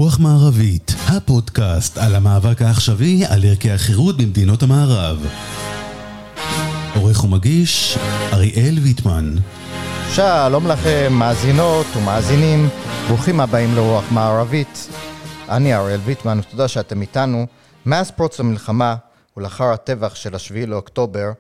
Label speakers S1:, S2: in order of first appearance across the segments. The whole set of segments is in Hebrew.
S1: רוח מערבית, הפודקאסט על המאבק העכשווי על ערכי החירות במדינות המערב. עורך ומגיש אריאל ויטמן.
S2: שלום לכם מאזינות ומאזינים, ברוכים הבאים לרוח מערבית. אני אריאל ויטמן, ותודה שאתם איתנו. מאז פרוץ המלחמה ולאחר הטבח של 7 לאוקטובר,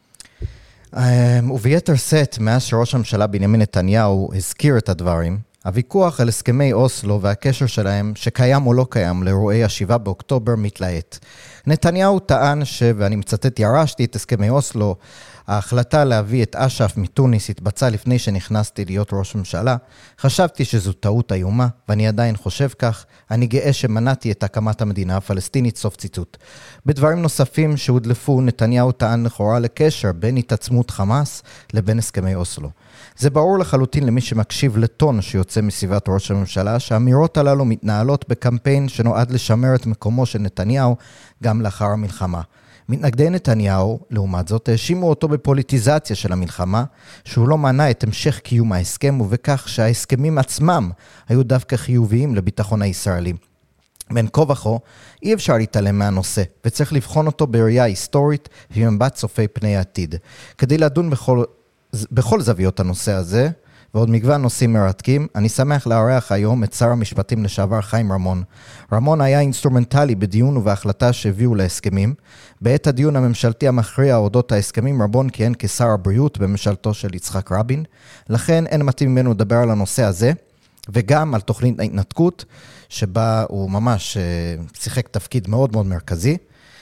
S2: וביתר שאת מאז שראש הממשלה בנימין נתניהו הזכיר את הדברים, הוויכוח על הסכמי אוסלו והקשר שלהם, שקיים או לא קיים, לאירועי 7 באוקטובר מתלהט. נתניהו טען ואני מצטט, ירשתי את הסכמי אוסלו, ההחלטה להביא את אש"ף מתוניס התבצעה לפני שנכנסתי להיות ראש ממשלה. חשבתי שזו טעות איומה, ואני עדיין חושב כך. אני גאה שמנעתי את הקמת המדינה הפלסטינית, סוף ציטוט. בדברים נוספים שהודלפו, נתניהו טען לכאורה לקשר בין התעצמות חמאס לבין הסכמי אוסלו. זה ברור לחלוטין למי שמקשיב לטון שיוצא מסביבת ראש הממשלה, שהאמירות הללו מתנהלות בקמפיין שנועד לשמר את מקומו של נתניהו גם לאחר המלחמה. מתנגדי נתניהו, לעומת זאת, האשימו אותו בפוליטיזציה של המלחמה, שהוא לא מנע את המשך קיום ההסכם, ובכך שההסכמים עצמם היו דווקא חיוביים לביטחון הישראלי. בין כה וכה, אי אפשר להתעלם מהנושא, וצריך לבחון אותו בראייה היסטורית ומבט צופה פני העתיד. כדי לדון בכל זוויות הנושא הזה, ועוד מגוון נושאים מרתקים, אני שמח לארח היום את שר המשפטים לשעבר חיים רמון. רמון היה אינסטרומנטלי בדיון ובהחלטה שהביאו להסכמים. בעת הדיון הממשלתי המכריע אודות ההסכמים, רמון כיהן כשר הבריאות בממשלתו של יצחק רבין. לכן אין מתאים ממנו לדבר על הנושא הזה, וגם על תוכנית ההתנתקות, שבה הוא ממש שיחק תפקיד מאוד מאוד מרכזי,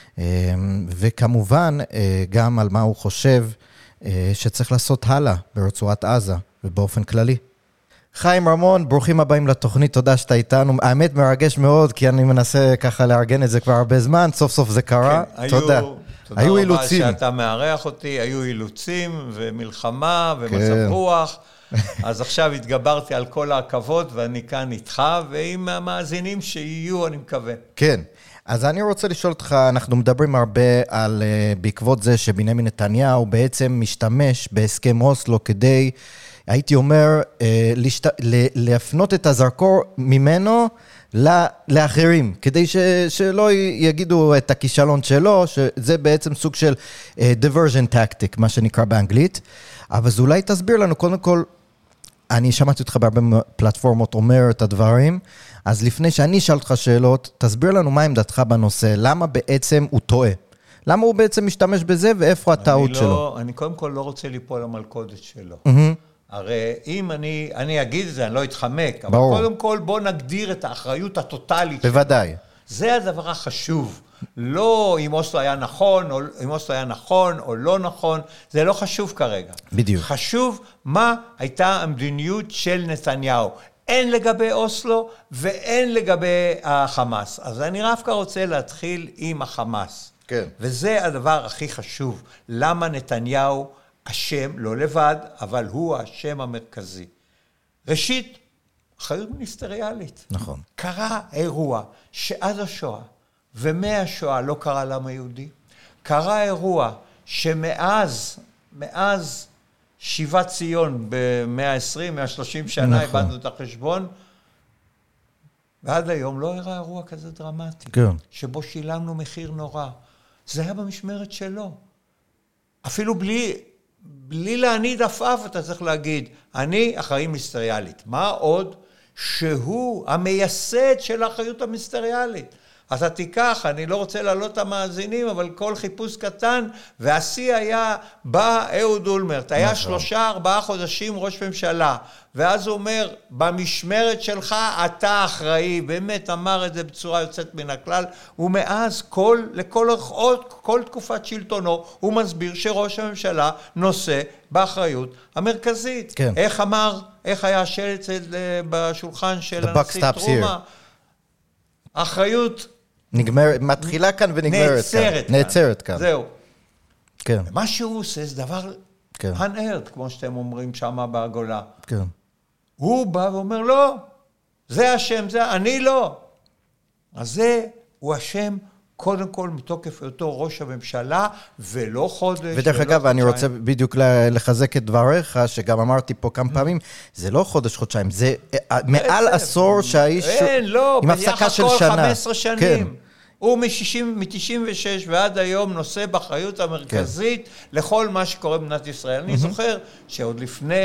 S2: וכמובן גם על מה הוא חושב שצריך לעשות הלאה ברצועת עזה ובאופן כללי. חיים רמון, ברוכים הבאים לתוכנית, תודה שאתה איתנו. האמת מרגש מאוד, כי אני מנסה ככה לארגן את זה כבר הרבה זמן, סוף סוף זה קרה.
S3: כן,
S2: תודה.
S3: היו אילוצים. תודה רבה שאתה מארח אותי, היו אילוצים ומלחמה ומצב רוח, אז עכשיו התגברתי על כל העכבות ואני כאן איתך, ועם המאזינים שיהיו, אני מקווה.
S2: כן. אז אני רוצה לשאול אותך, אנחנו מדברים הרבה על, בעקבות זה שבנימין נתניהו בעצם משתמש בהסכם אוסלו כדי, הייתי אומר, להפנות את הזרקור ממנו לאחרים, כדי שלא יגידו את הכישלון שלו, שזה בעצם סוג של diversion tactic, מה שנקרא באנגלית. אבל אולי תסביר לנו, קודם כל, אני שמעתי אותך בהרבה פלטפורמות אומר את הדברים, אז לפני שאני אשאל אותך שאלות, תסביר לנו מה עמדתך בנושא, למה בעצם הוא טועה? למה הוא בעצם משתמש בזה ואיפה הטעות שלו?
S3: אני קודם כל לא רוצה ליפול למלכודת שלו. הרי אם אני אגיד את זה, אני לא אתחמק, אבל קודם כל בוא נגדיר את האחריות הטוטלית שלו.
S2: בוודאי.
S3: זה הדבר החשוב. לא אם אוסלו היה נכון או לא נכון, זה לא חשוב כרגע.
S2: בדיוק.
S3: חשוב מה הייתה המדיניות של נתניהו. אין לגבי אוסלו ואין לגבי החמאס. אז אני דווקא רוצה להתחיל עם החמאס.
S2: כן.
S3: וזה הדבר הכי חשוב. למה נתניהו אשם, לא לבד, אבל הוא האשם המרכזי. ראשית, אחריות מיניסטריאלית.
S2: נכון.
S3: קרה אירוע שעד השואה ומהשואה לא קרה לעם היהודי. קרה אירוע שמאז שיבת ציון ב-120, 130 שנה, איבדנו את החשבון, ועד היום לא היה אירוע כזה דרמטי,
S2: כן.
S3: שבו שילמנו מחיר נורא. זה היה במשמרת שלו. אפילו בלי להניד עפעף, אתה צריך להגיד, אני אחראי מיניסטריאלית. מה עוד? שהוא המייסד של האחריות המיניסטריאלית. אתה תיקח, אני לא רוצה להעלות את המאזינים, אבל כל חיפוש קטן, והשיא היה, בא אהוד אולמרט, היה 3-4 חודשים ראש ממשלה, ואז הוא אומר, במשמרת שלך אתה אחראי, באמת אמר את זה בצורה יוצאת מן הכלל, ומאז כל תקופת שלטונו, הוא מסביר שראש הממשלה נושא באחריות המרכזית.
S2: כן.
S3: איך היה השלט בשולחן של הנשיא טרומה? אחריות
S2: מתחילה כאן ונגמרת כאן. נעצרת כאן.
S3: זהו.
S2: כן.
S3: מה שהוא עושה זה דבר הנערד, כמו שאתם אומרים שם בגולה.
S2: כן.
S3: הוא בא ואומר, לא, זה השם, אני לא. אז זה, הוא השם קודם כל מתוקף אותו ראש הממשלה, ולא חודש.
S2: ודרך אגב, אני רוצה בדיוק לחזק את דבריך, שגם אמרתי פה כמה פעמים, זה לא חודש, חודשיים, זה מעל עשור שהאיש...
S3: אין, לא,
S2: עם הפסקה של שנה.
S3: 15 שנים. הוא מ-96 ועד היום נושא באחריות המרכזית לכל מה שקורה במדינת ישראל. אני זוכר שעוד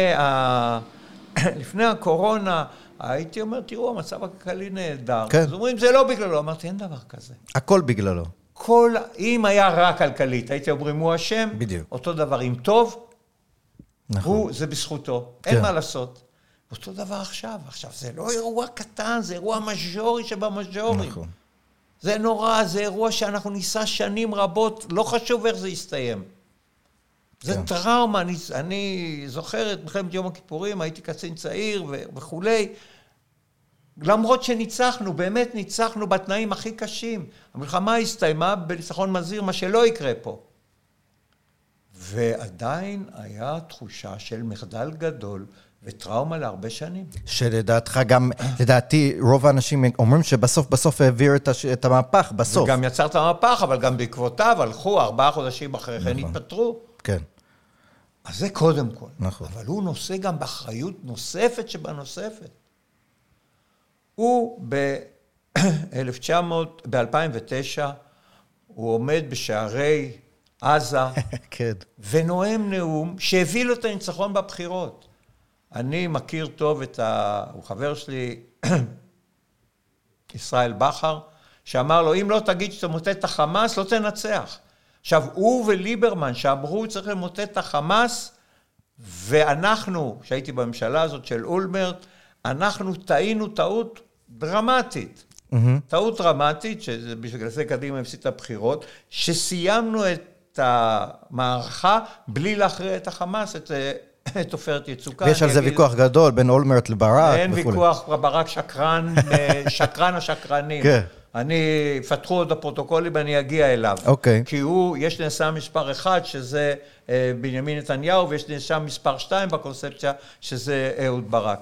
S3: לפני הקורונה, הייתי אומר, תראו, המצב הכלכלי נהדר. אז אומרים, זה לא בגללו. אמרתי, אין דבר כזה.
S2: הכל בגללו.
S3: אם היה רע כלכלית, הייתי אומרים, הוא אשם.
S2: בדיוק.
S3: אותו דבר, אם טוב, זה בזכותו. אין מה לעשות. אותו דבר עכשיו. עכשיו, זה לא אירוע קטן, זה אירוע מז'ורי שבמז'ורים. נכון. זה נורא, זה אירוע שאנחנו ניסה שנים רבות, לא חשוב איך זה יסתיים. זה טראומה, אני זוכר את מלחמת יום הכיפורים, הייתי קצין צעיר וכולי, למרות שניצחנו, באמת ניצחנו בתנאים הכי קשים. המלחמה הסתיימה בניצחון מזהיר, מה שלא יקרה פה. ועדיין היה תחושה של מחדל גדול, וטראומה להרבה שנים.
S2: שלדעתך גם, לדעתי, רוב האנשים אומרים שבסוף העביר את המהפך, בסוף.
S3: וגם יצר את המהפך, אבל גם בעקבותיו הלכו 4 חודשים אחרי כן התפטרו.
S2: כן.
S3: אז זה קודם כל.
S2: נכון.
S3: אבל הוא נושא גם באחריות נוספת שבנוספת. הוא ב-2009, הוא עומד בשערי עזה,
S2: כן.
S3: ונואם נאום שהביא לו את הניצחון בבחירות. אני מכיר טוב הוא חבר שלי, ישראל בכר, שאמר לו, אם לא תגיד שאתה מוטט את החמאס, לא תנצח. עכשיו, הוא וליברמן שאמרו, צריך למוטט את החמאס, ואנחנו, שהייתי בממשלה הזאת של אולמרט, אנחנו טעינו טעות דרמטית. טעות דרמטית, שבגלל זה קדימה הפסיד את הבחירות, שסיימנו את המערכה בלי להכריע את החמאס, את עופרת יצוקה.
S2: ויש על זה ויכוח גדול בין אולמרט לברק.
S3: אין ויכוח, ברק שקרן השקרנים.
S2: כן.
S3: פתחו עוד הפרוטוקולים ואני אגיע אליו.
S2: אוקיי.
S3: כי יש נאשם מספר 1, שזה בנימין נתניהו, ויש נאשם מספר 2 בקונספציה, שזה אהוד ברק.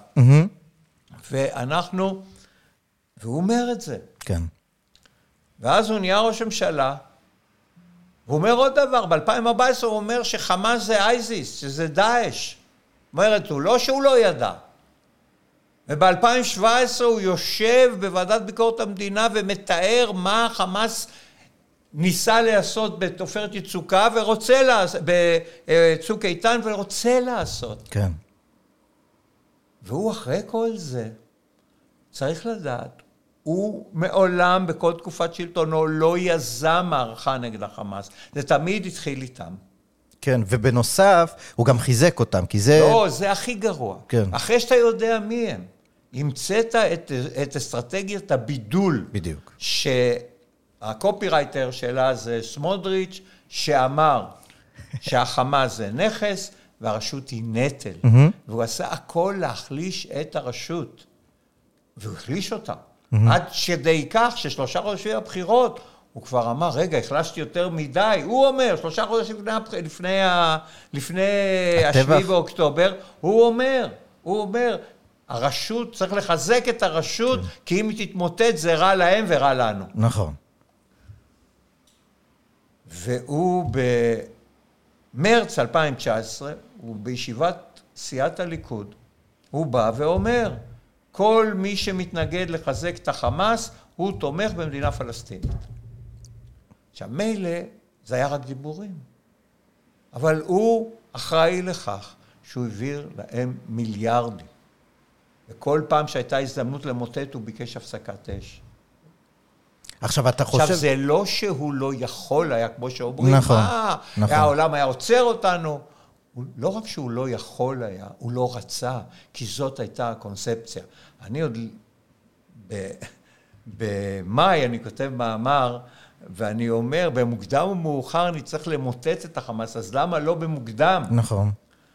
S3: והוא אומר את זה.
S2: כן.
S3: ואז הוא נהיה ראש ממשלה, והוא אומר עוד דבר, ב-2014 הוא אומר שחמאס זה אייזיס, שזה דאעש. אומרת, לא שהוא לא ידע. וב-2017 הוא יושב בוועדת ביקורת המדינה ומתאר מה חמאס ניסה לעשות בתופרת יצוקה ורוצה לעשות, בצוק איתן ורוצה לעשות.
S2: כן.
S3: והוא אחרי כל זה, צריך לדעת, הוא מעולם בכל תקופת שלטונו לא יזם מערכה נגד החמאס. זה תמיד התחיל איתם.
S2: כן, ובנוסף, הוא גם חיזק אותם, כי זה...
S3: לא, זה הכי גרוע.
S2: כן.
S3: אחרי שאתה יודע מי הם, המצאת את אסטרטגיית הבידול.
S2: בדיוק.
S3: שהקופירייטר שלה זה סמוטריץ', שאמר שהחמאס זה נכס, והרשות היא נטל. והוא עשה הכל להחליש את הרשות. והוא החליש אותה. עד שדי כך ש3 חודשים הבחירות, הוא כבר אמר, רגע, החלשתי יותר מדי. הוא אומר, 3 חודשים לפני 7 באוקטובר, הוא אומר, הרשות, צריך לחזק את הרשות, כי אם היא תתמוטט זה רע להם ורע לנו.
S2: נכון.
S3: והוא במרץ 2019, הוא בישיבת סיעת הליכוד, הוא בא ואומר, כל מי שמתנגד לחזק את החמאס, הוא תומך במדינה פלסטינית. עכשיו, מילא, זה היה רק דיבורים. אבל הוא אחראי לכך שהוא העביר להם מיליארדים. וכל פעם שהייתה הזדמנות למוטט, הוא ביקש הפסקת אש.
S2: עכשיו, אתה חושב...
S3: עכשיו, זה לא שהוא לא יכול היה, כמו שאומרים,
S2: נכון.
S3: העולם היה עוצר אותנו. לא רק שהוא לא יכול היה, הוא לא רצה, כי זאת הייתה הקונספציה. אני עוד במאי, אני כותב מאמר, ואני אומר, במוקדם ומאוחר אני צריך למוטט את החמאס, אז למה לא במוקדם?
S2: נכון.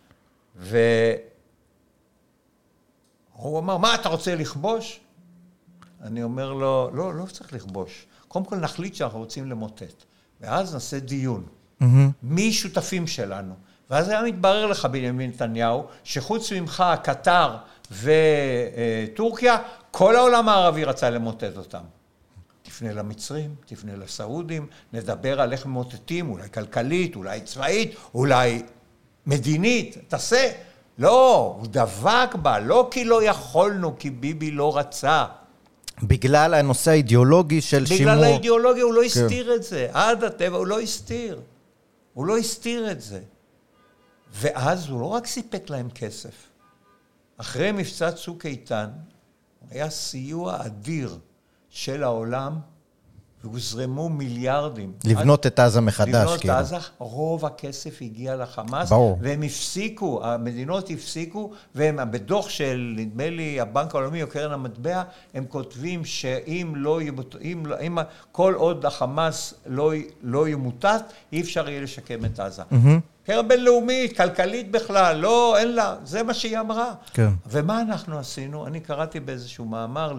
S3: והוא אמר, מה, אתה רוצה לכבוש? אני אומר לו, לא צריך לכבוש. קודם כל נחליט שאנחנו רוצים למוטט. ואז נעשה דיון. מי שותפים שלנו? ואז היה מתברר לך, בנימין נתניהו, שחוץ ממך, קטר וטורקיה, כל העולם הערבי רצה למוטט אותם. תפנה למצרים, תפנה לסעודים, נדבר על איך ממוטטים, אולי כלכלית, אולי צבאית, אולי מדינית, תעשה. לא, הוא דבק בה, לא כי לא יכולנו, כי ביבי לא רצה.
S2: בגלל הנושא האידיאולוגי של שימור.
S3: בגלל האידיאולוגיה הוא לא הסתיר את זה. עד הטבע הוא לא הסתיר. הוא לא הסתיר את זה. ואז הוא לא רק סיפק להם כסף. אחרי מבצע צוק איתן, היה סיוע אדיר של העולם, והוזרמו מיליארדים.
S2: לבנות את עזה מחדש.
S3: לבנות את עזה, רוב הכסף הגיע לחמאס, והם הפסיקו, המדינות הפסיקו, והם בדוח של, נדמה לי, הבנק העולמי או קרן המטבע, הם כותבים שאם לא, אם כל עוד החמאס לא ימוטט, אי אפשר יהיה לשקם את עזה. קרן בינלאומית, כלכלית בכלל, לא, אין לה, זה מה שהיא אמרה.
S2: כן.
S3: ומה אנחנו עשינו? אני קראתי באיזשהו מאמר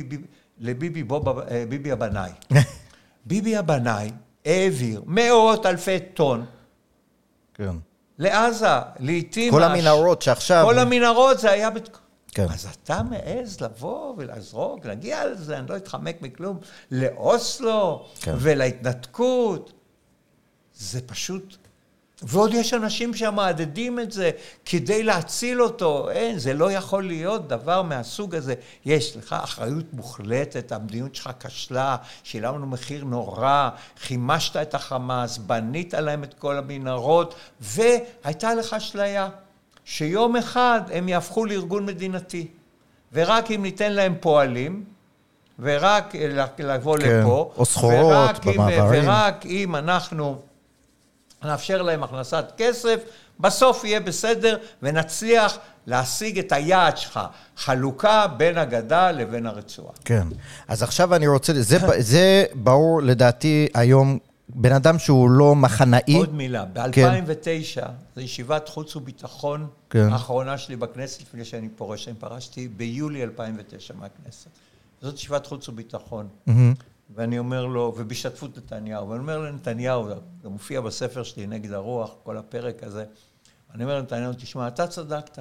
S3: ביבי הבנאי. ביבי הבנאי העביר מאות אלפי טון
S2: כן.
S3: לעזה, לעתים...
S2: כל המנהרות שעכשיו...
S3: כל המנהרות זה היה...
S2: כן.
S3: אז אתה מעז לבוא ולזרוק, להגיע לזה, אני לא אתחמק מכלום, לאוסלו
S2: כן.
S3: ולהתנתקות. זה פשוט... ועוד יש אנשים שמעדדים את זה כדי להציל אותו. אין, זה לא יכול להיות דבר מהסוג הזה. יש לך אחריות מוחלטת, המדיניות שלך כשלה, שילמנו מחיר נורא, חימשת את החמאס, בנית עליהם את כל המנהרות, והייתה לך אשליה שיום אחד הם יהפכו לארגון מדינתי. ורק אם ניתן להם פועלים, ורק לבוא
S2: כן,
S3: לפה,
S2: או סחורות במעברים.
S3: ורק אם אנחנו... נאפשר להם הכנסת כסף, בסוף יהיה בסדר ונצליח להשיג את היעד שלך, חלוקה בין הגדה לבין הרצועה.
S2: כן, אז עכשיו אני רוצה, זה ברור לדעתי היום, בן אדם שהוא לא מחנאי.
S3: עוד מילה, ב-2009, זו ישיבת חוץ וביטחון האחרונה שלי בכנסת, לפני שאני פורש, אני פרשתי ביולי 2009 מהכנסת. זאת ישיבת חוץ וביטחון. ואני אומר לו, ובהשתתפות נתניהו, ואני אומר לנתניהו, זה מופיע בספר שלי, נגד הרוח, כל הפרק הזה, אני אומר לנתניהו, תשמע, אתה צדקת,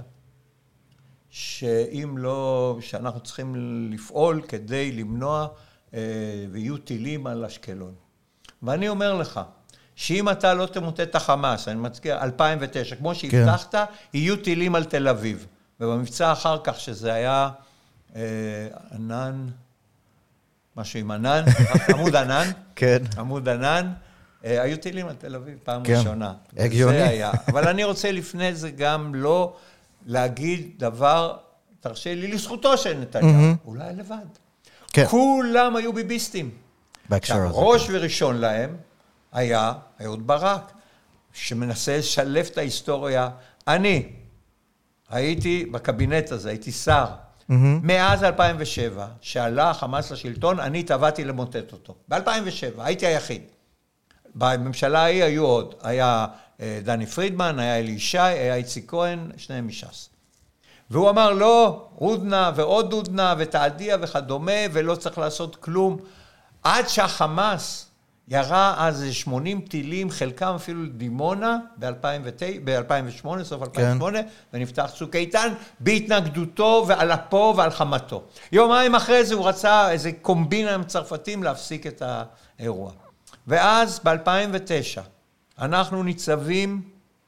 S3: שאם לא, שאנחנו צריכים לפעול כדי למנוע, ויהיו טילים על אשקלון. ואני אומר לך, שאם אתה לא תמוטט את החמאס, אני מזכיר, 2009, כמו שהבטחת, יהיו טילים על תל אביב. ובמבצע אחר כך, שזה היה ענן, משהו עם ענן, עמוד ענן,
S2: כן.
S3: עמוד ענן, היו טילים על תל אביב פעם
S2: כן.
S3: ראשונה.
S2: הגיוני.
S3: זה היה. אבל אני רוצה לפני זה גם לא להגיד דבר, תרשה לי, לזכותו של נתניהו, אולי לבד.
S2: כן.
S3: כולם היו ביביסטים.
S2: בהקשר הזה.
S3: ראש וראשון להם היה אהוד ברק, שמנסה לשלב את ההיסטוריה. אני הייתי בקבינט הזה, הייתי שר. מאז 2007, שעלה החמאס לשלטון, אני טבעתי למוטט אותו. ב-2007, הייתי היחיד. בממשלה ההיא היו עוד. היה דני פרידמן, היה אלי ישי, היה איציק כהן, שניהם מש"ס. והוא אמר, לא, הודנה ועוד הודנה ותעדיה וכדומה, ולא צריך לעשות כלום. עד שהחמאס ירה אז 80 טילים, חלקם אפילו לדימונה ב-2008, סוף 2008, ונפתח צוק איתן, בהתנגדותו ועל אפו ועל חמתו. יומיים אחרי זה הוא רצה איזה קומבינה עם צרפתים להפסיק את האירוע. ואז ב-2009 אנחנו ניצבים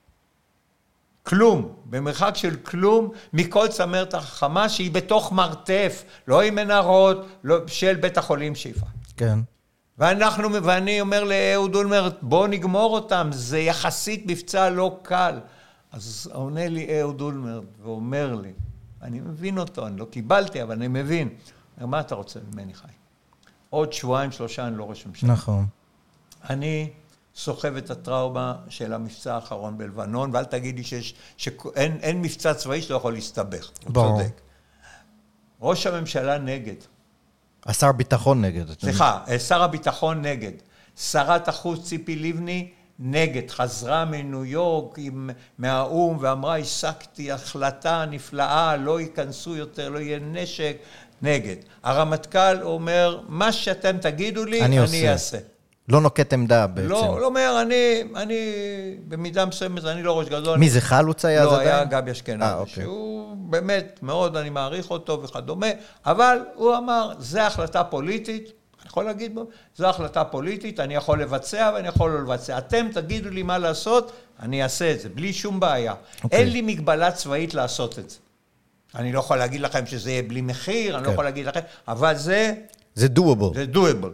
S3: כלום, במרחק של כלום, מכל צמרת החמאס שהיא בתוך מרתף, לא עם מנהרות, לא, של בית החולים שיפה.
S2: כן.
S3: ואני אומר לאהוד אולמרט, בוא נגמור אותם, זה יחסית מבצע לא קל. אז עונה לי אהוד אולמרט ואומר לי, אני מבין אותו, אני לא קיבלתי, אבל אני מבין. מה אתה רוצה ממני חי? עוד שבועיים, שלושה, אני לא ראש ממשלה.
S2: נכון.
S3: אני סוחב את הטראומה של המבצע האחרון בלבנון, ואל תגיד לי שאין מבצע צבאי שלא יכול להסתבך. הוא צודק. ראש הממשלה נגד.
S2: השר ביטחון נגד.
S3: סליחה, שר הביטחון נגד. שרת החוץ ציפי לבני נגד. חזרה מניו יורק מהאום ואמרה, השגתי החלטה נפלאה, לא ייכנסו יותר, לא יהיה נשק, נגד. הרמטכ"ל אומר, מה שאתם תגידו לי, אני אעשה.
S2: לא נוקט עמדה בעצם.
S3: לא אומר, אני במידה מסוימת, אני לא ראש גדול.
S2: מי זה חלוץ היה?
S3: לא, היה גבי אשכנזי, שהוא באמת מאוד, אני מעריך אותו וכדומה, אבל הוא אמר, זה החלטה פוליטית, אני יכול להגיד, זו החלטה פוליטית, אני יכול לבצע ואני יכול לא לבצע. אתם תגידו לי מה לעשות, אני אעשה את זה, בלי שום בעיה. אין לי מגבלה צבאית לעשות את זה. אני לא יכול להגיד לכם שזה יהיה בלי מחיר, אני לא יכול להגיד לכם, אבל זה...
S2: זה doable.
S3: זה doable.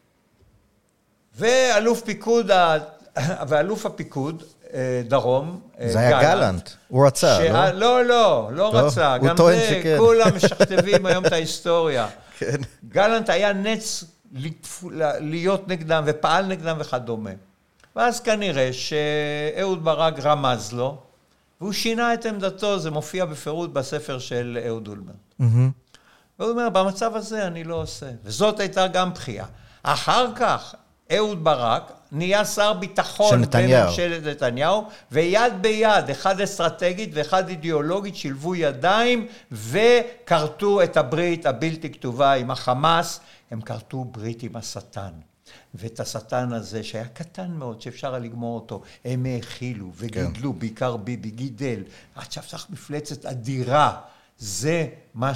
S3: ואלוף הפיקוד, דרום,
S2: זה היה גלנט, הוא רצה, לא?
S3: לא רצה, גם זה, כולם משכתבים היום את ההיסטוריה. גלנט היה נץ להיות נגדם ופעל נגדם וכדומה. ואז כנראה שאהוד ברק רמז לו, והוא שינה את עמדתו, זה מופיע בפירוט בספר של אהוד אולמרט. והוא אומר, במצב הזה אני לא עושה. וזאת הייתה גם בחייה. אחר כך, אהוד ברק נהיה שר ביטחון בממשלת נתניהו, ויד ביד, אחד אסטרטגית ואחד אידיאולוגית, שילבו ידיים וכרתו את הברית הבלתי כתובה עם החמאס. הם כרתו ברית עם השטן. ואת השטן הזה, שהיה קטן מאוד, שאפשר לגמור אותו, הם האכילו וגידלו, בעיקר ביבי גידל, עד שהפך מפלצת אדירה. זה מה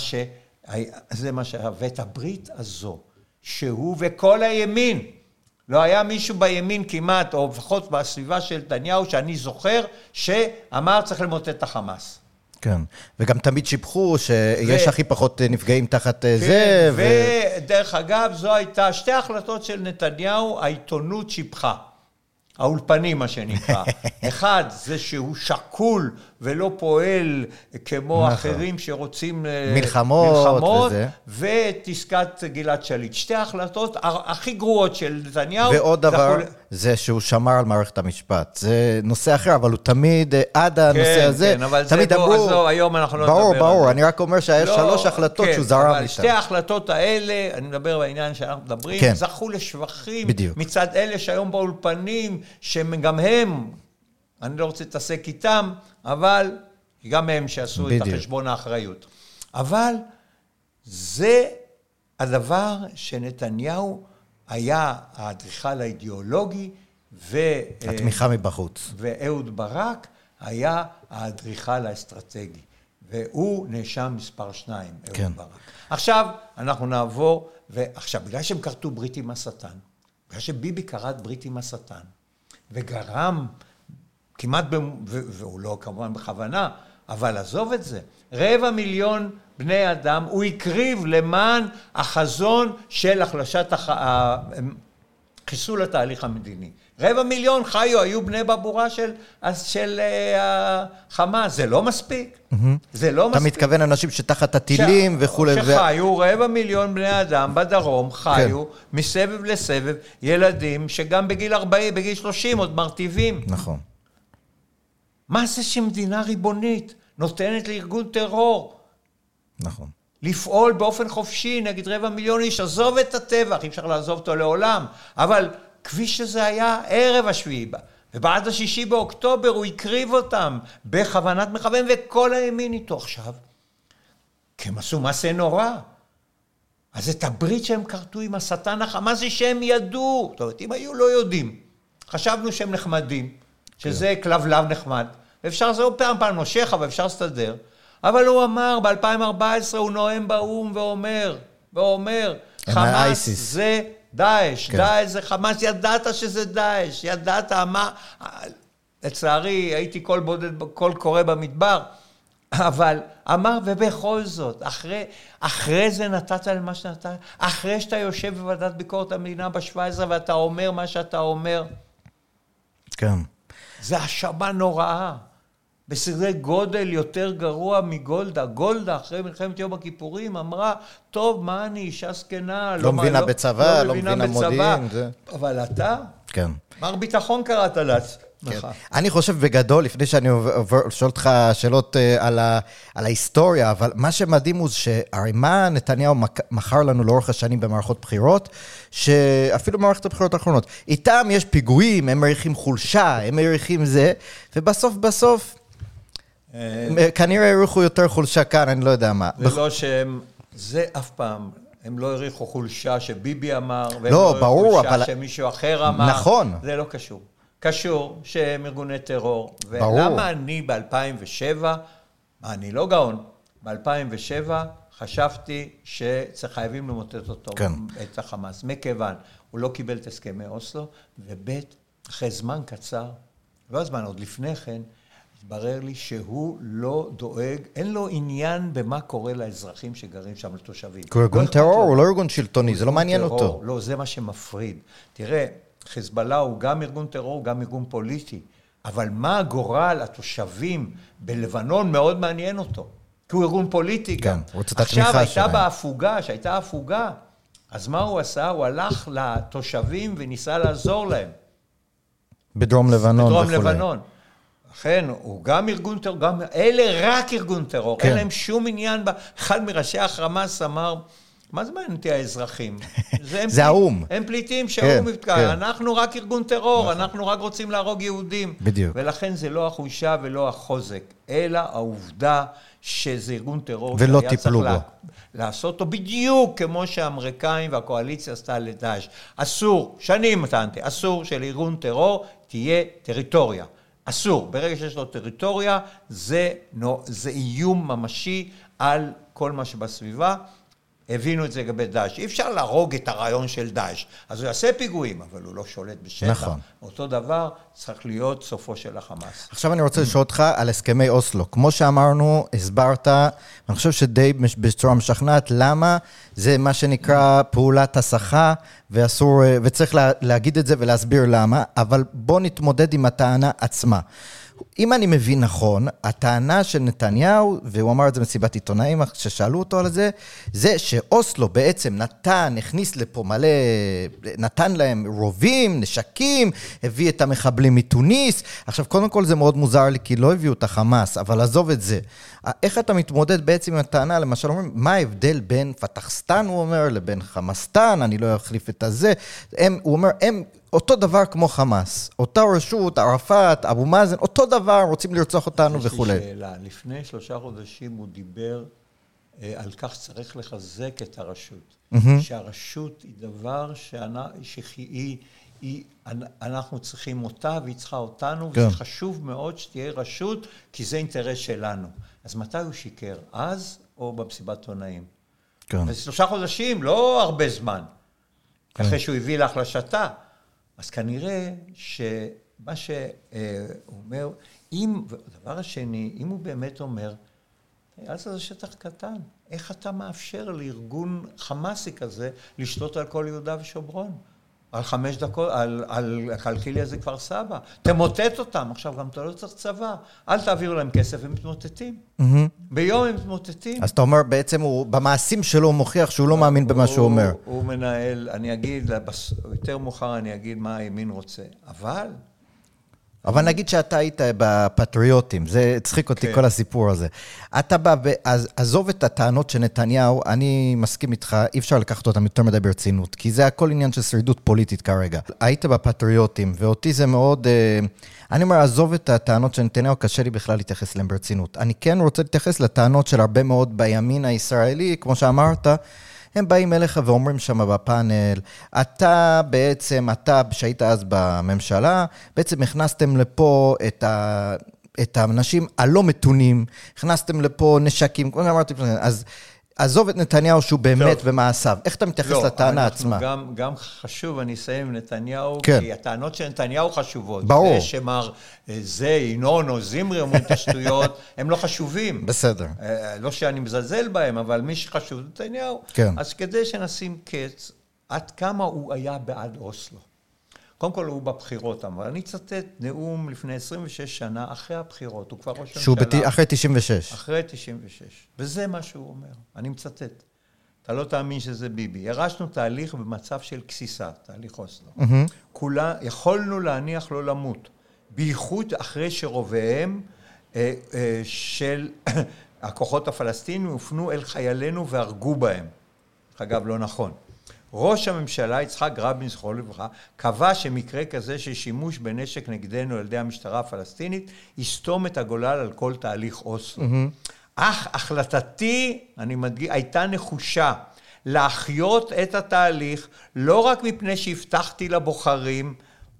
S3: שהיה, ואת הברית הזו, שהוא וכל הימין, לא היה מישהו בימין כמעט, או לפחות בסביבה של נתניהו, שאני זוכר, שאמר צריך למוטט את החמאס.
S2: כן, וגם תמיד שיבחו שיש הכי פחות נפגעים תחת זה.
S3: ודרך אגב, זו הייתה שתי החלטות של נתניהו, העיתונות שיבחה. האולפנים, מה שנקרא. אחד, זה שהוא שקול ולא פועל כמו אחרים שרוצים
S2: מלחמות
S3: ותסקת גלעד שליט. שתי ההחלטות הכי גרועות של נתניהו.
S2: ועוד דבר, זה שהוא שמר על מערכת המשפט. זה נושא אחר, אבל הוא תמיד, עד הנושא הזה, תמיד אמרו,
S3: היום אנחנו לא נדבר על זה.
S2: ברור, אני רק אומר שהיה 3 החלטות שהוא זרם איתן.
S3: שתי ההחלטות האלה, אני מדבר בעניין שאנחנו מדברים, זכו לשבחים מצד אלה שהיום באולפנים, שגם הם, אני לא רוצה להתעסק איתם, אבל גם הם שעשו את החשבון האחריות. אבל זה הדבר שנתניהו היה האדריכל האידיאולוגי,
S2: התמיכה מבחוץ.
S3: ואהוד ברק היה האדריכל האסטרטגי. והוא נאשם מספר 2, אהוד ברק. עכשיו אנחנו נעבור, ועכשיו בגלל שהם כרתו ברית עם השטן, בגלל שביבי כרת ברית עם השטן, וגרם כמעט, והוא לא כמובן בכוונה, אבל עזוב את זה, 250,000 בני אדם, הוא הקריב למען החזון של החלשת חיסול התהליך המדיני. 250,000 חיו, היו בני בבורה של החמאס, זה לא מספיק. זה לא מספיק.
S2: אתה מתכוון אנשים שתחת הטילים וכו'.
S3: שחיו 250,000 בני אדם בדרום, חיו מסבב לסבב, ילדים שגם בגיל 40, בגיל 30 עוד מרטיבים.
S2: נכון.
S3: מה זה שמדינה ריבונית נותנת לארגון טרור?
S2: נכון.
S3: לפעול באופן חופשי נגד 250,000 איש, עזוב את הטבח, אי אפשר לעזוב אותו לעולם, אבל כפי שזה היה ערב השביעי, ובעד 6 באוקטובר הוא הקריב אותם בכוונת מכוון, וכל הימין איתו עכשיו, כי הם עשו מעשה נורא. אז את הברית שהם כרתו עם השטן החמאס, זה שהם ידעו, זאת אומרת, אם היו לא יודעים, חשבנו שהם נחמדים, שזה כלבלב נחמד, ואפשר זה עוד פעם נושך, אבל אפשר לסתדר, אבל הוא אמר, ב-2014 הוא נואם באום ואומר, חמאס זה דאעש, דאעש זה חמאס, ידעת שזה דאעש, ידעת מה, לצערי הייתי קול קורא במדבר, אבל אמר, ובכל זאת, אחרי זה נתת למה שנתת, אחרי שאתה יושב בוועדת ביקורת המדינה ב-17 ואתה אומר מה שאתה אומר,
S2: כן.
S3: זה האשמה נוראה. בסדרי גודל יותר גרוע מגולדה. גולדה, אחרי מלחמת יום הכיפורים, אמרה, טוב, מה אני, אישה זקנה,
S2: לא מבינה בצבא, לא מבינה מודיעין.
S3: אבל אתה,
S2: כן.
S3: מר ביטחון קראת לעצמך.
S2: אני חושב בגדול, לפני שאני שואל אותך שאלות על ההיסטוריה, אבל מה שמדהים הוא שהרי מה נתניהו מכר לנו לאורך השנים במערכות בחירות, שאפילו במערכת הבחירות האחרונות, איתם יש פיגועים, הם מריחים חולשה, הם מריחים זה, ובסוף, כנראה העריכו יותר חולשה כאן, אני לא יודע מה.
S3: זה לא שהם, זה אף פעם, הם לא העריכו חולשה שביבי אמר, והם
S2: לא, ברור,
S3: אבל שמישהו אחר אמר.
S2: נכון.
S3: זה לא קשור. קשור שהם ארגוני טרור. ולמה אני ב-2007, אני לא גאון, ב-2007 חשבתי שחייבים למוטט אותו,
S2: כן.
S3: את החמאס, מכיוון הוא לא קיבל את הסכמי אוסלו, ובית, אחרי זמן קצר, לא הזמן, עוד לפני כן, התברר לי שהוא לא דואג, אין לו עניין במה קורה לאזרחים שגרים שם, לתושבים.
S2: הוא ארגון טרור, הוא לא ארגון שלטוני, זה לא מעניין אותו.
S3: לא, זה מה שמפריד. תראה, חיזבאללה הוא גם ארגון טרור, גם ארגון פוליטי, אבל מה הגורל התושבים בלבנון מאוד מעניין אותו. כי הוא ארגון פוליטי גם. עכשיו שהייתה הפוגה, אז מה הוא עשה? הוא הלך לתושבים וניסה לעזור להם.
S2: בדרום לבנון וכו'.
S3: בדרום לבנון. לכן, הוא גם ארגון טרור, אלה רק ארגון טרור, אין להם שום עניין. אחד מראשי החמאס אמר, מה זה מעניין אותי האזרחים?
S2: זה האום.
S3: הם פליטים שהאום יפתקע, אנחנו רק ארגון טרור, אנחנו רק רוצים להרוג יהודים.
S2: בדיוק.
S3: ולכן זה לא החושה ולא החוזק, אלא העובדה שזה ארגון טרור.
S2: ולא טיפלו בו.
S3: לעשות אותו בדיוק כמו שהאמריקאים והקואליציה עשתה לדאעש. אסור, שנים טענתי, אסור שלארגון טרור תהיה טריטוריה. אסור, ברגע שיש לו טריטוריה, זה איום ממשי על כל מה שבסביבה. הבינו את זה לגבי דאעש. אי אפשר להרוג את הרעיון של דאעש. אז הוא יעשה פיגועים, אבל הוא לא שולט בשטח.
S2: נכון.
S3: אותו דבר צריך להיות סופו של החמאס.
S2: עכשיו אני רוצה לשאול אותך על הסכמי אוסלו. כמו שאמרנו, הסברת, אני חושב שדי בצורה משכנעת, למה זה מה שנקרא פעולת הסחה, וצריך להגיד את זה ולהסביר למה, אבל בוא נתמודד עם הטענה עצמה. אם אני מבין נכון, הטענה של נתניהו, והוא אמר את זה מסיבת עיתונאים, ששאלו אותו על זה, זה שאוסלו בעצם הכניס לפה מלא, נתן להם רובים, נשקים, הביא את המחבלים מתוניס. עכשיו, קודם כל זה מאוד מוזר לי, כי לא הביאו את החמאס, אבל עזוב את זה. איך אתה מתמודד בעצם עם הטענה, למשל אומרים, מה ההבדל בין פתחסטן, הוא אומר, לבין חמאסטן, אני לא אחליף את הזה. הוא אומר, אותו דבר כמו חמאס, אותה רשות, ערפאת, אבו מאזן, אותו דבר, רוצים לרצוח אותנו וכו'.
S3: יש לי שאלה, לפני 3 חודשים הוא דיבר על כך שצריך לחזק את הרשות. שהרשות היא דבר אנחנו צריכים אותה והיא צריכה אותנו, וזה חשוב מאוד שתהיה רשות, כי זה אינטרס שלנו. אז מתי הוא שיקר? אז או במסיבת עיתונאים? אז 3 חודשים, לא הרבה זמן, אחרי שהוא הביא להחלשתה. אז כנראה שמה שהוא אומר, הדבר השני, אם הוא באמת אומר, אז זה שטח קטן, איך אתה מאפשר לארגון חמאסי כזה לשלוט על כל יהודה ושומרון? על 5 דקות, על קלקיליה זה כבר סבא. תמוטט אותם, עכשיו גם אתה לא צריך צבא. אל תעבירו להם כסף, הם מתמוטטים. ביום הם מתמוטטים.
S2: אז אתה אומר, בעצם במעשים שלו הוא מוכיח שהוא לא מאמין במה שהוא אומר.
S3: הוא מנהל, אני אגיד, יותר מאוחר אני אגיד מה הימין רוצה. אבל
S2: נגיד שאתה היית בפטריוטים, זה הצחיק אותי כל הסיפור הזה. אתה בא, עזוב את הטענות של נתניהו, אני מסכים איתך, אי אפשר לקחת אותם יותר מדי ברצינות, כי זה הכל עניין של שרידות פוליטית כרגע. היית בפטריוטים, ואותי זה מאוד, אני אומר, עזוב את הטענות של נתניהו, קשה לי בכלל להתייחס להם ברצינות. אני כן רוצה להתייחס לטענות של הרבה מאוד בימין הישראלי, כמו שאמרת, הם באים אליך ואומרים שם בפאנל, אתה שהיית אז בממשלה, בעצם הכנסתם לפה את האנשים הלא מתונים, הכנסתם לפה נשקים, כמו שאמרתי, אז עזוב את נתניהו שהוא באמת במעשיו. איך אתה מתייחס לטענה עצמה?
S3: גם חשוב, אני אסיים עם נתניהו,
S2: כן.
S3: כי הטענות של נתניהו חשובות.
S2: ברור.
S3: זה שמר זה, ינון או זמרי אומרים את השטויות, הם לא חשובים.
S2: בסדר.
S3: לא שאני מזלזל בהם, אבל מי שחשוב נתניהו.
S2: כן.
S3: אז כדי שנשים קץ, עד כמה הוא היה בעד אוסלו. קודם כל הוא בבחירות, אבל אני אצטט נאום לפני 26 שנה, אחרי הבחירות, הוא כבר ראש הממשלה.
S2: אחרי 96.
S3: אחרי 96. וזה מה שהוא אומר, אני מצטט. אתה לא תאמין שזה ביבי. ירשנו תהליך במצב של כסיסה, תהליך אוסלו. יכולנו להניח לא למות, בייחוד אחרי שרוביהם של הכוחות הפלסטינים הופנו אל חיילינו והרגו בהם. אגב, לא נכון. ראש הממשלה, יצחק רבין, זכרו לברכה, קבע שמקרה כזה של שימוש בנשק נגדנו על ידי המשטרה הפלסטינית, יסתום את הגולל על כל תהליך אוסלו. אך החלטתי, אני מדגיש, הייתה נחושה להחיות את התהליך, לא רק מפני שהבטחתי לבוחרים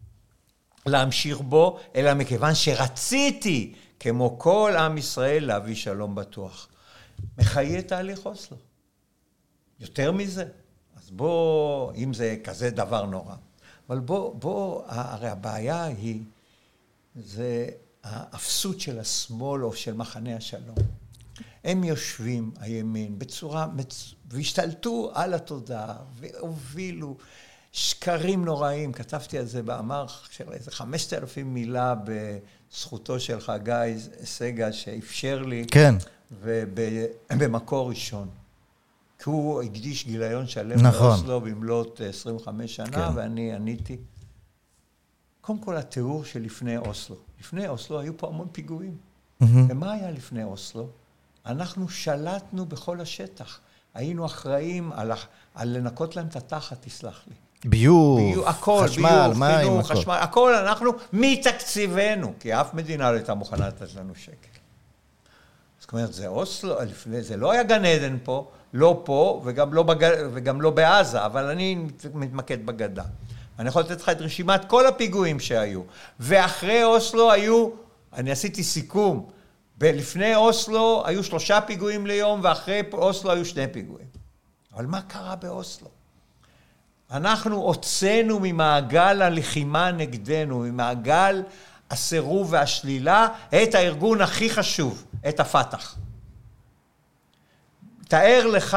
S3: להמשיך בו, אלא מכיוון שרציתי, כמו כל עם ישראל, להביא שלום בטוח. מחיה תהליך אוסלו. יותר מזה. אז בוא, אם זה כזה דבר נורא. אבל בוא, הרי הבעיה היא, זה האפסות של השמאל או של מחנה השלום. הם יושבים, הימין, בצורה, והשתלטו על התודעה, והובילו שקרים נוראים. כתבתי על זה באמר של איזה 5,000 מילה בזכותו של חגי סגל, שאפשר לי.
S2: כן.
S3: ובמקור ראשון. כי הוא הקדיש גיליון שלם
S2: נכון.
S3: באוסלו במלאת 25 שנה, כן. ואני עניתי. קודם כל, התיאור של לפני אוסלו. לפני אוסלו היו פה המון פיגועים. ומה היה לפני אוסלו? אנחנו שלטנו בכל השטח. היינו אחראים על לנקות להם את התחת, תסלח לי.
S2: ביוב,
S3: הכל,
S2: חשמל,
S3: ביוב,
S2: מים,
S3: חינוך,
S2: הכל.
S3: חשמל, הכל אנחנו מתקציבנו, כי אף מדינה לא הייתה מוכנה לתת לנו שקל. זאת אומרת, זה אוסלו, זה לא היה גן עדן פה, לא פה, וגם לא בעזה, אבל אני מתמקד בגדה. אני יכול לתת לך את רשימת כל הפיגועים שהיו. ואחרי אוסלו היו, אני עשיתי סיכום, לפני אוסלו היו 3 פיגועים ליום, ואחרי אוסלו היו 2 פיגועים. אבל מה קרה באוסלו? אנחנו הוצאנו ממעגל הלחימה נגדנו, ממעגל הסירוב והשלילה, את הארגון הכי חשוב, את הפתח. תאר לך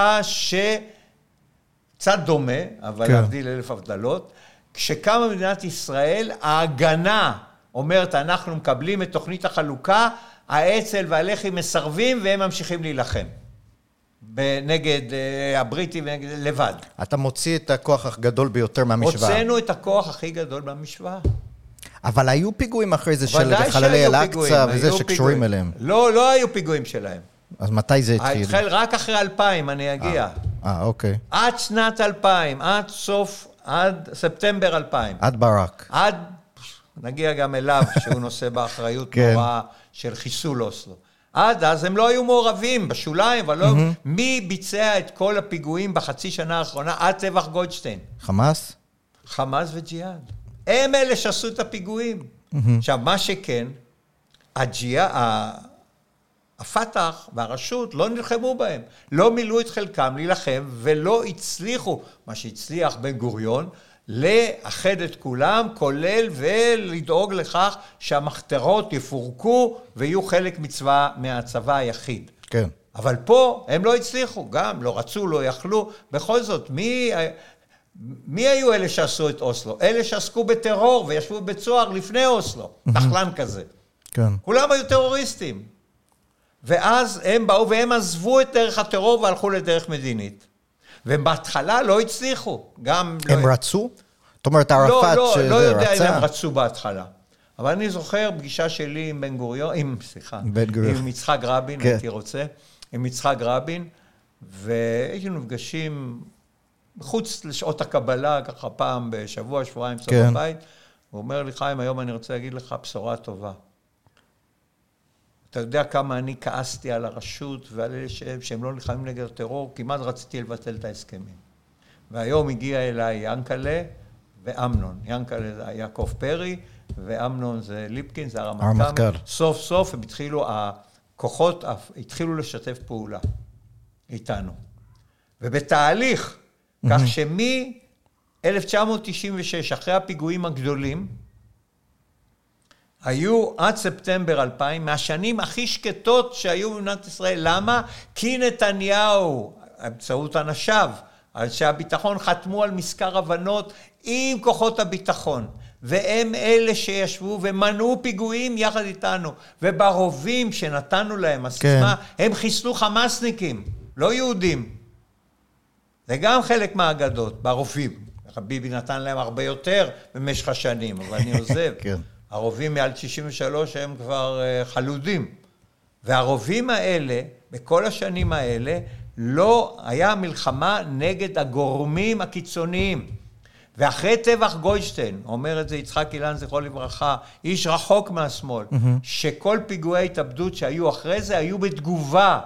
S3: שקצת דומה, אבל להבדיל 1000 הבדלות, כשקמה מדינת ישראל, ההגנה אומרת, אנחנו מקבלים את תוכנית החלוקה, האצ"ל והלח"י מסרבים, והם ממשיכים להילחם. נגד הבריטים ונגד לבד.
S2: אתה מוציא את הכוח הגדול ביותר מהמשוואה.
S3: הוצאנו את הכוח הכי גדול מהמשוואה.
S2: אבל היו פיגועים אחרי זה של חללי אל-אקצא וזה שקשורים אליהם.
S3: לא היו פיגועים שלהם.
S2: אז מתי זה התחיל?
S3: התחיל רק אחרי 2000, אני אגיע.
S2: אוקיי.
S3: עד שנת 2000, עד ספטמבר 2000.
S2: עד ברק.
S3: נגיע גם אליו, שהוא נושא באחריות נוראה של חיסול אוסלו. עד אז הם לא היו מעורבים בשוליים, אבל לא... מי ביצע את כל הפיגועים בחצי שנה האחרונה עד טבח גולדשטיין?
S2: חמאס?
S3: חמאס וג'יהאד. הם אלה שעשו את הפיגועים. עכשיו, מה שכן, הפתח והרשות לא נלחמו בהם. לא מילאו את חלקם להילחם, ולא הצליחו, מה שהצליח בן גוריון, לאחד את כולם, כולל ולדאוג לכך שהמחתרות יפורקו ויהיו חלק מהצבא היחיד.
S2: כן.
S3: אבל פה הם לא הצליחו, גם לא רצו, לא יכלו. בכל זאת, מי היו אלה שעשו את אוסלו? אלה שעסקו בטרור וישבו בצוהר לפני אוסלו, תחלן כזה.
S2: כן.
S3: כולם היו טרוריסטים. ואז הם באו והם עזבו את דרך הטרור והלכו לדרך מדינית. ובהתחלה לא הצליחו. הם
S2: רצו? זאת אומרת, ערפאת שזה רצה?
S3: לא יודע אם הם רצו בהתחלה. אבל אני זוכר פגישה שלי עם בן גוריון, עם יצחק רבין, הייתי רוצה, עם יצחק רבין, והיינו נפגשים מחוץ לשעות הקבלה, ככה פעם בשבוע, שבועיים, סוף הבית. הוא אומר לי, חיים, היום אני רוצה להגיד לך בשורה טובה. אתה יודע כמה אני כעסתי על הרשות ועל אלה שהם לא נלחמים נגד הטרור, כמעט רציתי לבטל את ההסכמים. והיום הגיע אליי ינקלה ואמנון. ינקלה זה יעקב פרי, ואמנון זה ליפקין, זה הרמטכ"ל. סוף סוף הם הכוחות התחילו לשתף פעולה איתנו. ובתהליך, כך שמ-1996, אחרי הפיגועים הגדולים, היו עד ספטמבר 2000, מהשנים הכי שקטות שהיו במדינת ישראל. למה? כי נתניהו, באמצעות אנשיו, אנשי הביטחון, חתמו על מזכר הבנות עם כוחות הביטחון. והם אלה שישבו ומנעו פיגועים יחד איתנו. וברובים שנתנו להם, הסיסמה, הם חיסלו חמאסניקים, לא יהודים. זה גם חלק מהאגדות, ברובים. ביבי נתן להם הרבה יותר במשך השנים, אבל אני עוזב.
S2: כן.
S3: הרובים מעל 93 הם כבר חלודים. והרובים האלה, בכל השנים האלה, לא היה מלחמה נגד הגורמים הקיצוניים. ואחרי טבח גולדשטיין, אומר את זה יצחק אילן זכרו לברכה, איש רחוק מהשמאל, שכל פיגועי ההתאבדות שהיו אחרי זה, היו בתגובה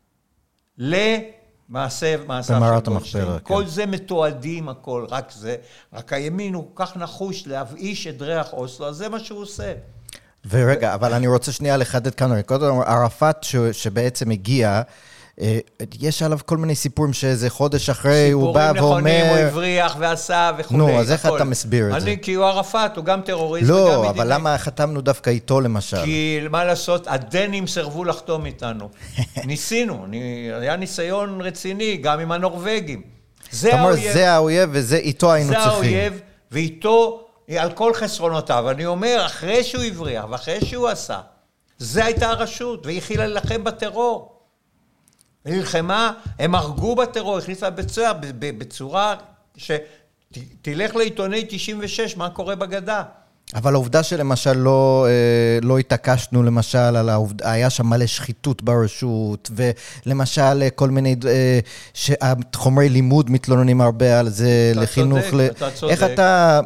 S3: למעשה של גולדשטיין. כל זה מתועדים הכל, רק זה. רק הימין הוא כך נחוש להבאיש את ריח אוסלו, אז זה מה שהוא עושה.
S2: ורגע, אבל אני רוצה שנייה לחדד כאן, קודם ערפאת שבעצם הגיע, יש עליו כל מיני סיפורים שאיזה חודש אחרי הוא בא ואומר...
S3: סיפורים נכונים, הוא הבריח ועשה וכו'.
S2: נו, אז איך אתה מסביר את זה?
S3: כי הוא ערפאת, הוא גם טרוריסט וגם
S2: לא,
S3: מדיני.
S2: אבל למה חתמנו דווקא איתו למשל?
S3: כי מה לעשות, הדנים סרבו לחתום איתנו. ניסינו, היה ניסיון רציני, גם עם הנורווגים.
S2: זאת אומרת, זה האויב וזה איתו היינו צריכים.
S3: זה האויב ואיתו על כל חסרונותיו. אני אומר, אחרי שהוא הבריח ואחרי שהוא עשה, זה הייתה הרשות, והיא התחילה להילחם בטרור. היא נלחמה, הם הרגו בטרור, הכניסה בצורה שתלך לעיתוני 96, מה קורה בגדה.
S2: אבל העובדה שלמשל לא התעקשנו למשל על העובדה, היה שם מלא שחיתות ברשות, ולמשל כל מיני, חומרי לימוד מתלוננים הרבה על זה, לחינוך.
S3: אתה צודק.
S2: איך אתה...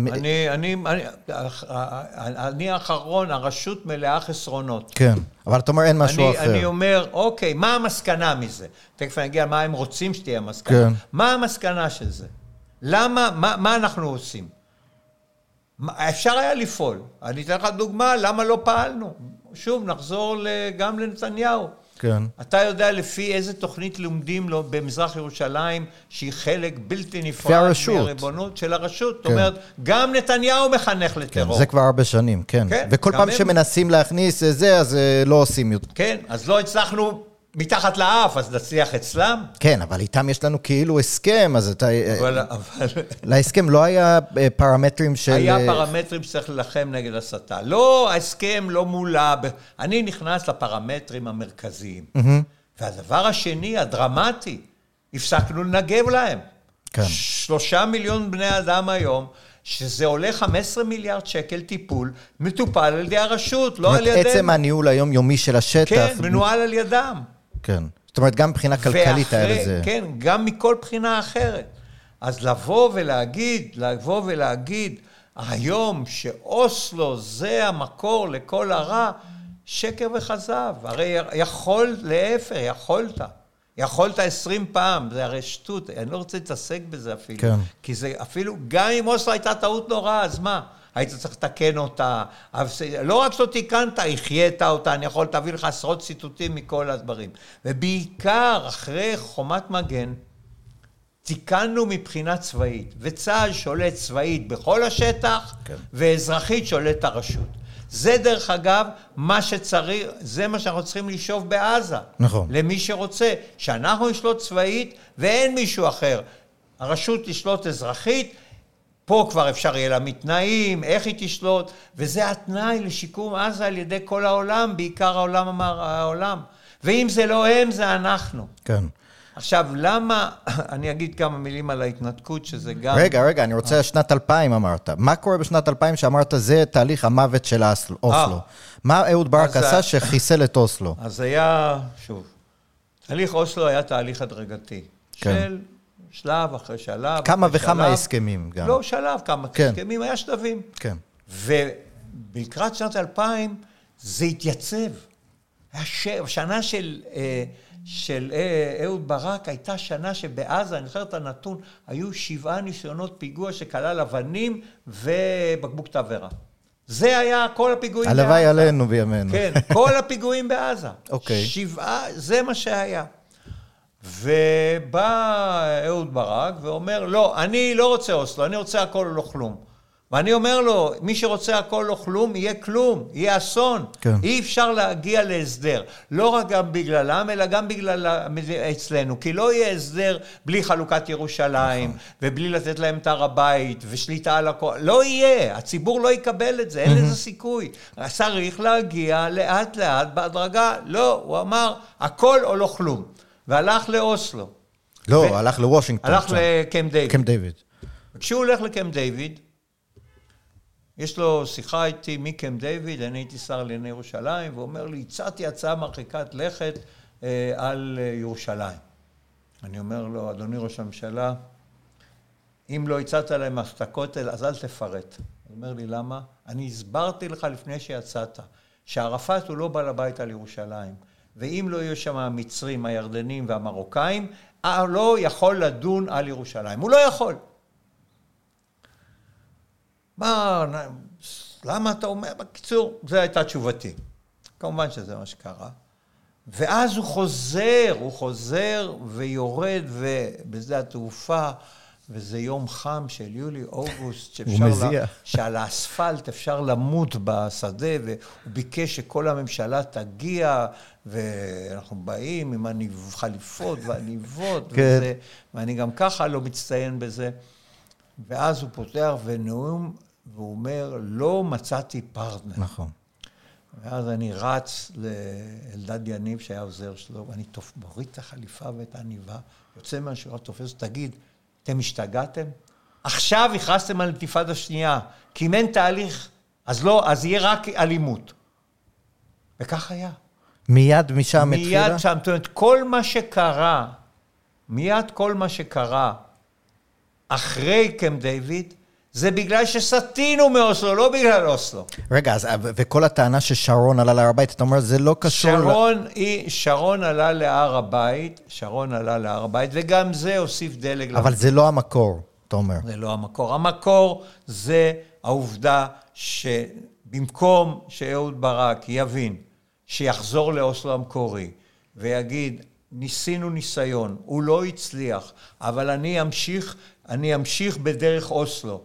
S3: אני האחרון, הרשות מלאה חסרונות.
S2: כן, אבל אתה אומר אין משהו אחר.
S3: אני אומר, אוקיי, מה המסקנה מזה? תכף אני אגיע, מה הם רוצים שתהיה המסקנה.
S2: כן.
S3: מה המסקנה של זה? למה, מה אנחנו עושים? אפשר היה לפעול. אני אתן לך דוגמה, למה לא פעלנו? שוב, נחזור גם לנתניהו.
S2: כן.
S3: אתה יודע לפי איזה תוכנית לומדים לו במזרח ירושלים, שהיא חלק בלתי נפרד מהריבונות של הרשות. זאת אומרת, גם נתניהו מחנך לטרור.
S2: זה כבר הרבה שנים, כן. וכל פעם שמנסים להכניס זה, אז לא עושים יותר.
S3: כן, אז לא הצלחנו מתחת לאף, אז נצליח אצלם.
S2: כן, אבל איתם יש לנו כאילו הסכם, אז אתה... להסכם לא היה פרמטרים של...
S3: היה פרמטרים שצריך ללחם נגד הסתה. לא, ההסכם לא מולה. אני נכנס לפרמטרים המרכזיים. והדבר השני, הדרמטי, הפסקנו לנגב להם.
S2: כן.
S3: 3 מיליון בני אדם היום, שזה עולה 15 מיליארד שקל טיפול, מטופל על ידי הרשות, לא על ידינו.
S2: עצם הניהול היומיומי של השטח...
S3: כן, מנוהל על ידם.
S2: כן. זאת אומרת, גם מבחינה כלכלית היה לזה.
S3: כן, גם מכל בחינה אחרת. אז לבוא ולהגיד, היום שאוסלו זה המקור לכל הרע, שקר וכזב. הרי יכולת 20 פעם, זה הרי שטות, אני לא רוצה להתעסק בזה אפילו.
S2: כן.
S3: כי זה אפילו, גם אם אוסלו הייתה טעות נוראה, אז מה? היית צריך לתקן אותה, לא רק שלא תיקנת, החיית אותה, אני יכול להביא לך עשרות ציטוטים מכל הדברים. ובעיקר, אחרי חומת מגן, תיקנו מבחינה צבאית, וצה"ל שולט צבאית בכל השטח, כן. ואזרחית שולט הרשות. זה דרך אגב, מה שצריך, זה מה שאנחנו צריכים לשאוף בעזה.
S2: נכון.
S3: למי שרוצה, שאנחנו נשלוט צבאית, ואין מישהו אחר. הרשות תשלוט אזרחית, פה כבר אפשר יהיה לה מתנאים, איך היא תשלוט, וזה התנאי לשיקום עזה על ידי כל העולם, בעיקר העולם. ואם זה לא הם, זה אנחנו.
S2: כן.
S3: עכשיו, למה, אני אגיד כמה מילים על ההתנתקות, שזה גם...
S2: רגע, אני רוצה שנת 2000 אמרת. מה קורה בשנת 2000 שאמרת, זה תהליך המוות של אוסלו? מה אהוד ברק עשה שחיסל את אוסלו?
S3: אז היה, שוב, תהליך אוסלו היה תהליך הדרגתי. של שלב אחרי שלב.
S2: כמה וכמה הסכמים גם.
S3: לא, שלב, כמה הסכמים, היה שלבים.
S2: כן.
S3: ובקראת שנת 2000, זה התייצב. השנה של אהוד ברק הייתה שנה שבעזה, אני זוכר את הנתון, היו 7 ניסיונות פיגוע שכלל אבנים ובקבוק תבערה. זה היה כל הפיגועים בעזה.
S2: הלוואי עלינו בימינו.
S3: כן, כל הפיגועים בעזה.
S2: אוקיי.
S3: 7, זה מה שהיה. ובא אהוד ברק ואומר, לא, אני לא רוצה אוסלו, אני רוצה הכל או לא כלום. ואני אומר לו, מי שרוצה הכל לא כלום, יהיה כלום, יהיה אסון.
S2: כן.
S3: אי אפשר להגיע להסדר. לא רק גם בגללם, אלא גם בגלל אצלנו. כי לא יהיה הסדר בלי חלוקת ירושלים, ובלי לתת להם את הר הבית, ושליטה על הכל. לא יהיה, הציבור לא יקבל את זה, אין לזה סיכוי. צריך להגיע לאט לאט בהדרגה. לא, הוא אמר, הכל או לא כלום. והלך לאוסלו.
S2: לא, הלך לוושינגטון.
S3: הלך לקמפ דיוויד.
S2: קמפ דיוויד.
S3: וכשהוא הולך לקמפ דיוויד, יש לו שיחה איתי מקמפ דיוויד, אני הייתי שר לענייני ירושלים, והוא אומר לי, הצעתי הצעה מרחיקת לכת על ירושלים. אני אומר לו, אדוני ראש הממשלה, אם לא הצעת להם הפסקות, אז אל תפרט. הוא אומר לי, למה? אני הסברתי לך לפני שיצאת, שערפאת הוא לא בעל הבית על ירושלים, ואם לא יהיו שם המצרים, הירדנים והמרוקאים, לא יכול לדון על ירושלים. הוא לא יכול. למה אתה אומר? בקיצור, זו הייתה תשובתי. כמובן שזה מה שקרה. ואז הוא חוזר ויורד בשדה התעופה, וזה יום חם של יולי-אוגוסט, שעל האספלט אפשר למות בשדה, והוא ביקש שכל הממשלה תגיע, ואנחנו באים עם החליפות והניבות, ואני גם ככה לא מצטיין בזה. ואז הוא פותח ונאום, והוא אומר, לא מצאתי פרטנר.
S2: נכון.
S3: ואז אני רץ לאלדד יניב, שהיה עוזר שלו, ואני מוריד את החליפה ואת העניבה, יוצא מהשורה, תופס, תגיד, אתם השתגעתם? עכשיו הכרסתם על אינתיפאדה שנייה, כי אם אין תהליך, אז לא, אז יהיה רק אלימות. וכך היה.
S2: מיד משם התחילה?
S3: מיד שם, זאת אומרת, כל מה שקרה אחרי קמפ דיוויד, זה בגלל שסטינו מאוסלו, לא בגלל אוסלו.
S2: רגע, אז, וכל הטענה ששרון עלה להר הבית, אתה אומר, זה לא קשור...
S3: שרון עלה להר הבית, וגם זה הוסיף דלק.
S2: אבל זה לא המקור, אתה אומר.
S3: זה לא המקור. המקור זה העובדה שבמקום שאהוד ברק יבין, שיחזור לאוסלו המקורי, ויגיד, ניסינו ניסיון, הוא לא הצליח, אבל אני אמשיך בדרך אוסלו.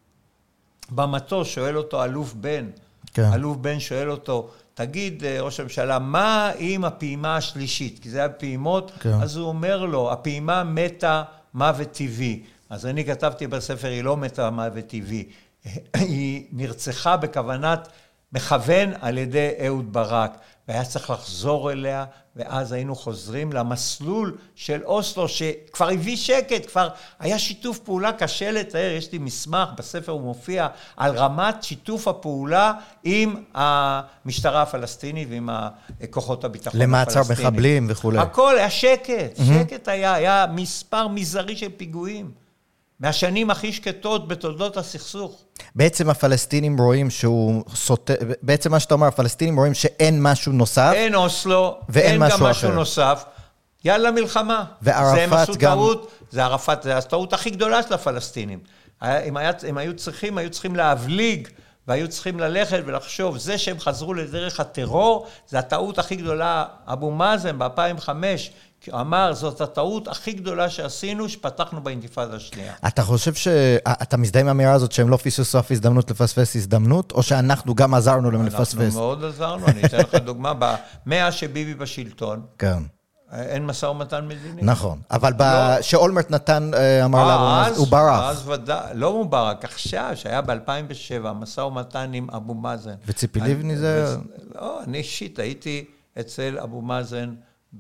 S3: במטוס שואל אותו אלוף בן, כן. אלוף בן שואל אותו, תגיד ראש הממשלה, מה עם הפעימה השלישית? כי זה היה פעימות, כן. אז הוא אומר לו, הפעימה מתה מוות טבעי. אז אני כתבתי בספר, היא לא מתה מוות טבעי, היא נרצחה בכוונת מכוון על ידי אהוד ברק, והיה צריך לחזור אליה, ואז היינו חוזרים למסלול של אוסלו, שכבר הביא שקט, כבר היה שיתוף פעולה קשה לתאר, יש לי מסמך, בספר הוא מופיע, על רמת שיתוף הפעולה עם המשטרה הפלסטינית, ועם כוחות הביטחון
S2: למעצר מחבלים וכו'.
S3: הכל היה שקט, שקט היה מספר מזערי של פיגועים. מהשנים הכי שקטות בתולדות הסכסוך.
S2: בעצם הפלסטינים רואים שהוא סוטה, בעצם מה שאתה אומר, הפלסטינים רואים שאין משהו נוסף.
S3: אין אוסלו, אין גם משהו נוסף. יאללה מלחמה.
S2: וערפאת גם...
S3: זה ערפאת, זה הטעות הכי גדולה של הפלסטינים. הם היו צריכים להבליג, והיו צריכים ללכת ולחשוב, זה שהם חזרו לדרך הטרור, זה הטעות הכי גדולה. אבו מאזן ב-2005, אמר, זאת הטעות הכי גדולה שעשינו, שפתחנו באינתיפאדה השנייה.
S2: אתה חושב אתה מזדהה עם האמירה הזאת שהם לא פיססו אף הזדמנות לפספס הזדמנות, או שאנחנו גם עזרנו להם לפספס?
S3: אנחנו מאוד עזרנו, אני אתן לך דוגמה, במאה שביבי בשלטון,
S2: כן.
S3: אין משא ומתן מדיני.
S2: נכון, אבל שאולמרט נתן, אמר לה, הוא ברח.
S3: אז ודאי, לא הוא ברח, עכשיו, שהיה ב-2007, משא ומתן עם אבו מאזן.
S2: וציפי לבני זה...
S3: לא, אני אישית הייתי אצל אבו מאזן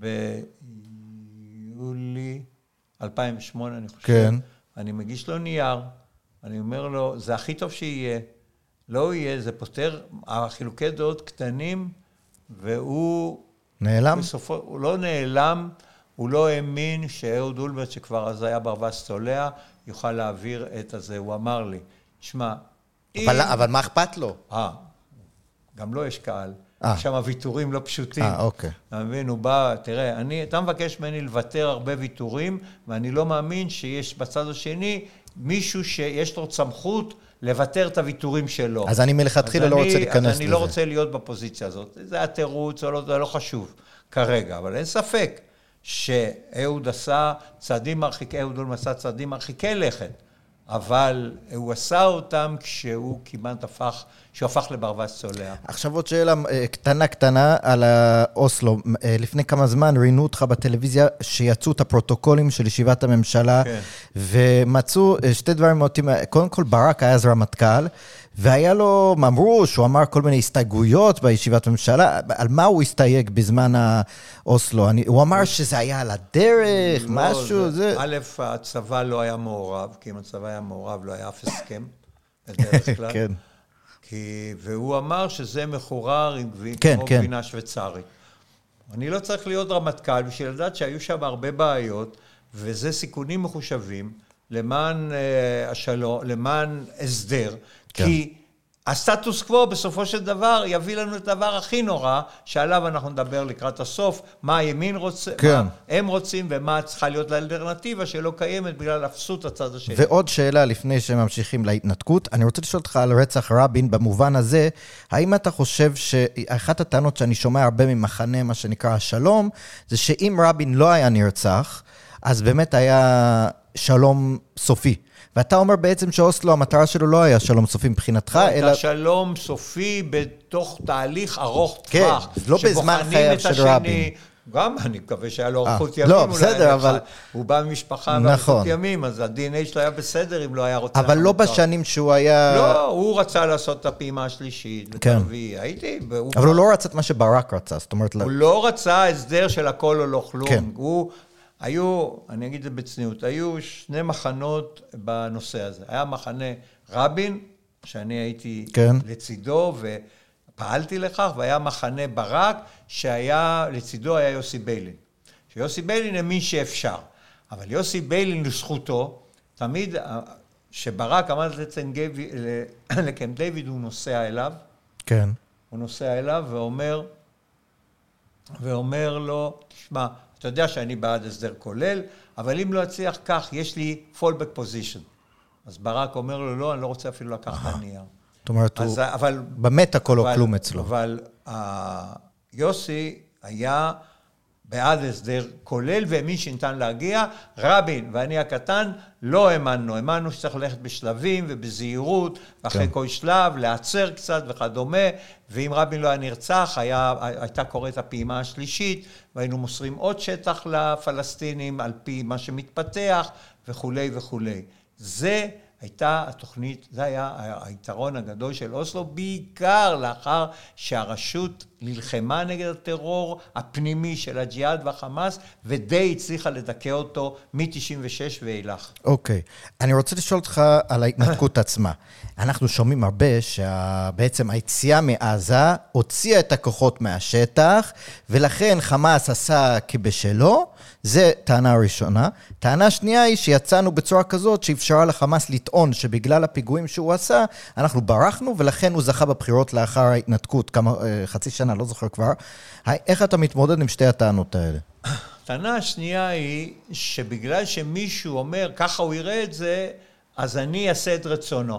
S3: ביולי 2008, אני חושב.
S2: כן.
S3: אני מגיש לו נייר, אני אומר לו, זה הכי טוב שיהיה, לא יהיה, זה פותר החילוקי דעות קטנים, והוא...
S2: נעלם?
S3: בסופו, הוא לא נעלם, הוא לא האמין שאהוד אולמרט, שכבר אז היה ברווז צולע, יוכל להעביר את הזה. הוא אמר לי, שמע,
S2: אבל מה אכפת לו?
S3: גם לא יש קהל. שם הוויתורים לא פשוטים.
S2: אוקיי.
S3: אתה מבין, הוא בא, תראה, אתה מבקש ממני לוותר הרבה ויתורים, ואני לא מאמין שיש בצד השני מישהו שיש לו סמכות לוותר את הוויתורים שלו.
S2: אז אני מלכתחילה לא רוצה להיכנס לזה.
S3: אז אני לא רוצה להיות בפוזיציה הזאת. זה התירוץ, זה לא חשוב כרגע, אבל אין ספק שאהוד עשה צעדים מרחיקי לכת, אבל הוא עשה אותם כשהוא כמעט הפך לברווז צולע.
S2: עכשיו עוד שאלה קטנה על אוסלו. לפני כמה זמן ראינו אותך בטלוויזיה שיצאו את הפרוטוקולים של ישיבת הממשלה, ומצאו שתי דברים מאותים. קודם כל ברק היה אז רמטכ"ל, והיה לו, אמרו שהוא אמר כל מיני הסתייגויות בישיבת הממשלה, על מה הוא הסתייג בזמן האוסלו? הוא אמר שזה היה על הדרך, משהו, זה...
S3: א', הצבא לא היה מעורב, כי אם הצבא היה מעורב לא היה אף הסכם, בדרך כלל. כן. והוא אמר שזה מחורר עם גבינה שוויצרית. אני לא צריך להיות רמטכ"ל, בשביל לדעת שהיו שם הרבה בעיות, וזה סיכונים מחושבים למען השלום, למען הסדר, כי הסטטוס קוו בסופו של דבר יביא לנו את הדבר הכי נורא, שעליו אנחנו נדבר לקראת הסוף, מה הימין רוצה,
S2: כן.
S3: מה הם רוצים, ומה צריכה להיות לאלטרנטיבה שלא קיימת בגלל אפסות הצד השני.
S2: ועוד שאלה לפני שממשיכים להתנתקות, אני רוצה לשאול אותך על רצח רבין במובן הזה, האם אתה חושב שאחת הטענות שאני שומע הרבה ממחנה, מה שנקרא השלום, זה שאם רבין לא היה נרצח, אז באמת היה שלום סופי. ואתה אומר בעצם שאוסלו, המטרה שלו לא היה שלום סופי מבחינתך, אלא...
S3: היה שלום סופי בתוך תהליך ארוך טווח.
S2: כן, לא בזמן חייו של רבין.
S3: גם אני מקווה שהיה לו ארוחות ימים.
S2: לא, בסדר, אבל...
S3: הוא בא ממשפחה וארוחות ימים, אז ה-DNA שלו היה בסדר אם לא היה רוצה...
S2: אבל לא בשנים שהוא היה...
S3: לא, הוא רצה לעשות את הפעימה השלישית.
S2: כן.
S3: הייתי...
S2: אבל הוא לא רצה את מה שברק רצה, זאת אומרת...
S3: הוא לא רצה הסדר של הכל או לא כלום. הוא... אני אגיד את זה בצניעות, היו שני מחנות בנושא הזה. היה מחנה רבין, שאני הייתי לצידו ופעלתי לכך, והיה מחנה ברק, שהיה לצידו היה יוסי ביילין. שיוסי ביילין האמין שאפשר. אבל יוסי ביילין לזכותו, תמיד שברק עמד לקמפ דיוויד, הוא נוסע אליו.
S2: כן.
S3: הוא נוסע אליו ואומר לו, תשמע, אתה יודע שאני בעד הסדר כולל, אבל אם לא אצליח כך, יש לי fallback position. אז ברק אומר לו, לא, אני לא רוצה אפילו לקחת את הנייר.
S2: זאת אומרת, הוא באמת הכל או כלום אצלו.
S3: אבל יוסי היה בעד הסדר כולל, והאמין שניתן להגיע. רבין ואני הקטן לא האמנו שצריך ללכת בשלבים ובזהירות, ואחרי כל שלב, לעצר קצת וכדומה, ואם רבין לא היה נרצח, הייתה קוראת הפעימה השלישית, והיינו מוסרים עוד שטח לפלסטינים, על פי מה שמתפתח, וכו' וכו'. זה הייתה התוכנית, זה היה היתרון הגדול של אוסלו, בעיקר לאחר שהרשות נלחמה נגד הטרור הפנימי של הג'יהאד והחמאס, ודי הצליחה לדכא אותו מ-96 ואילך.
S2: אוקיי. אני רוצה לשאול אותך על ההתנתקות עצמה. אנחנו שומעים הרבה שבעצם היציאה מעזה הוציאה את הכוחות מהשטח, ולכן חמאס עשה כבשלו, זה טענה ראשונה. טענה שנייה היא שיצאנו בצורה כזאת שאפשרה לחמאס לטעון שבגלל הפיגועים שהוא עשה, אנחנו ברחנו, ולכן הוא זכה בבחירות לאחר ההתנתקות, חצי שנה, לא זוכר כבר. איך אתה מתמודד עם שתי הטענות האלה?
S3: הטענה השנייה היא שבגלל שמישהו אומר, ככה הוא יראה את זה, אז אני אעשה את רצונו.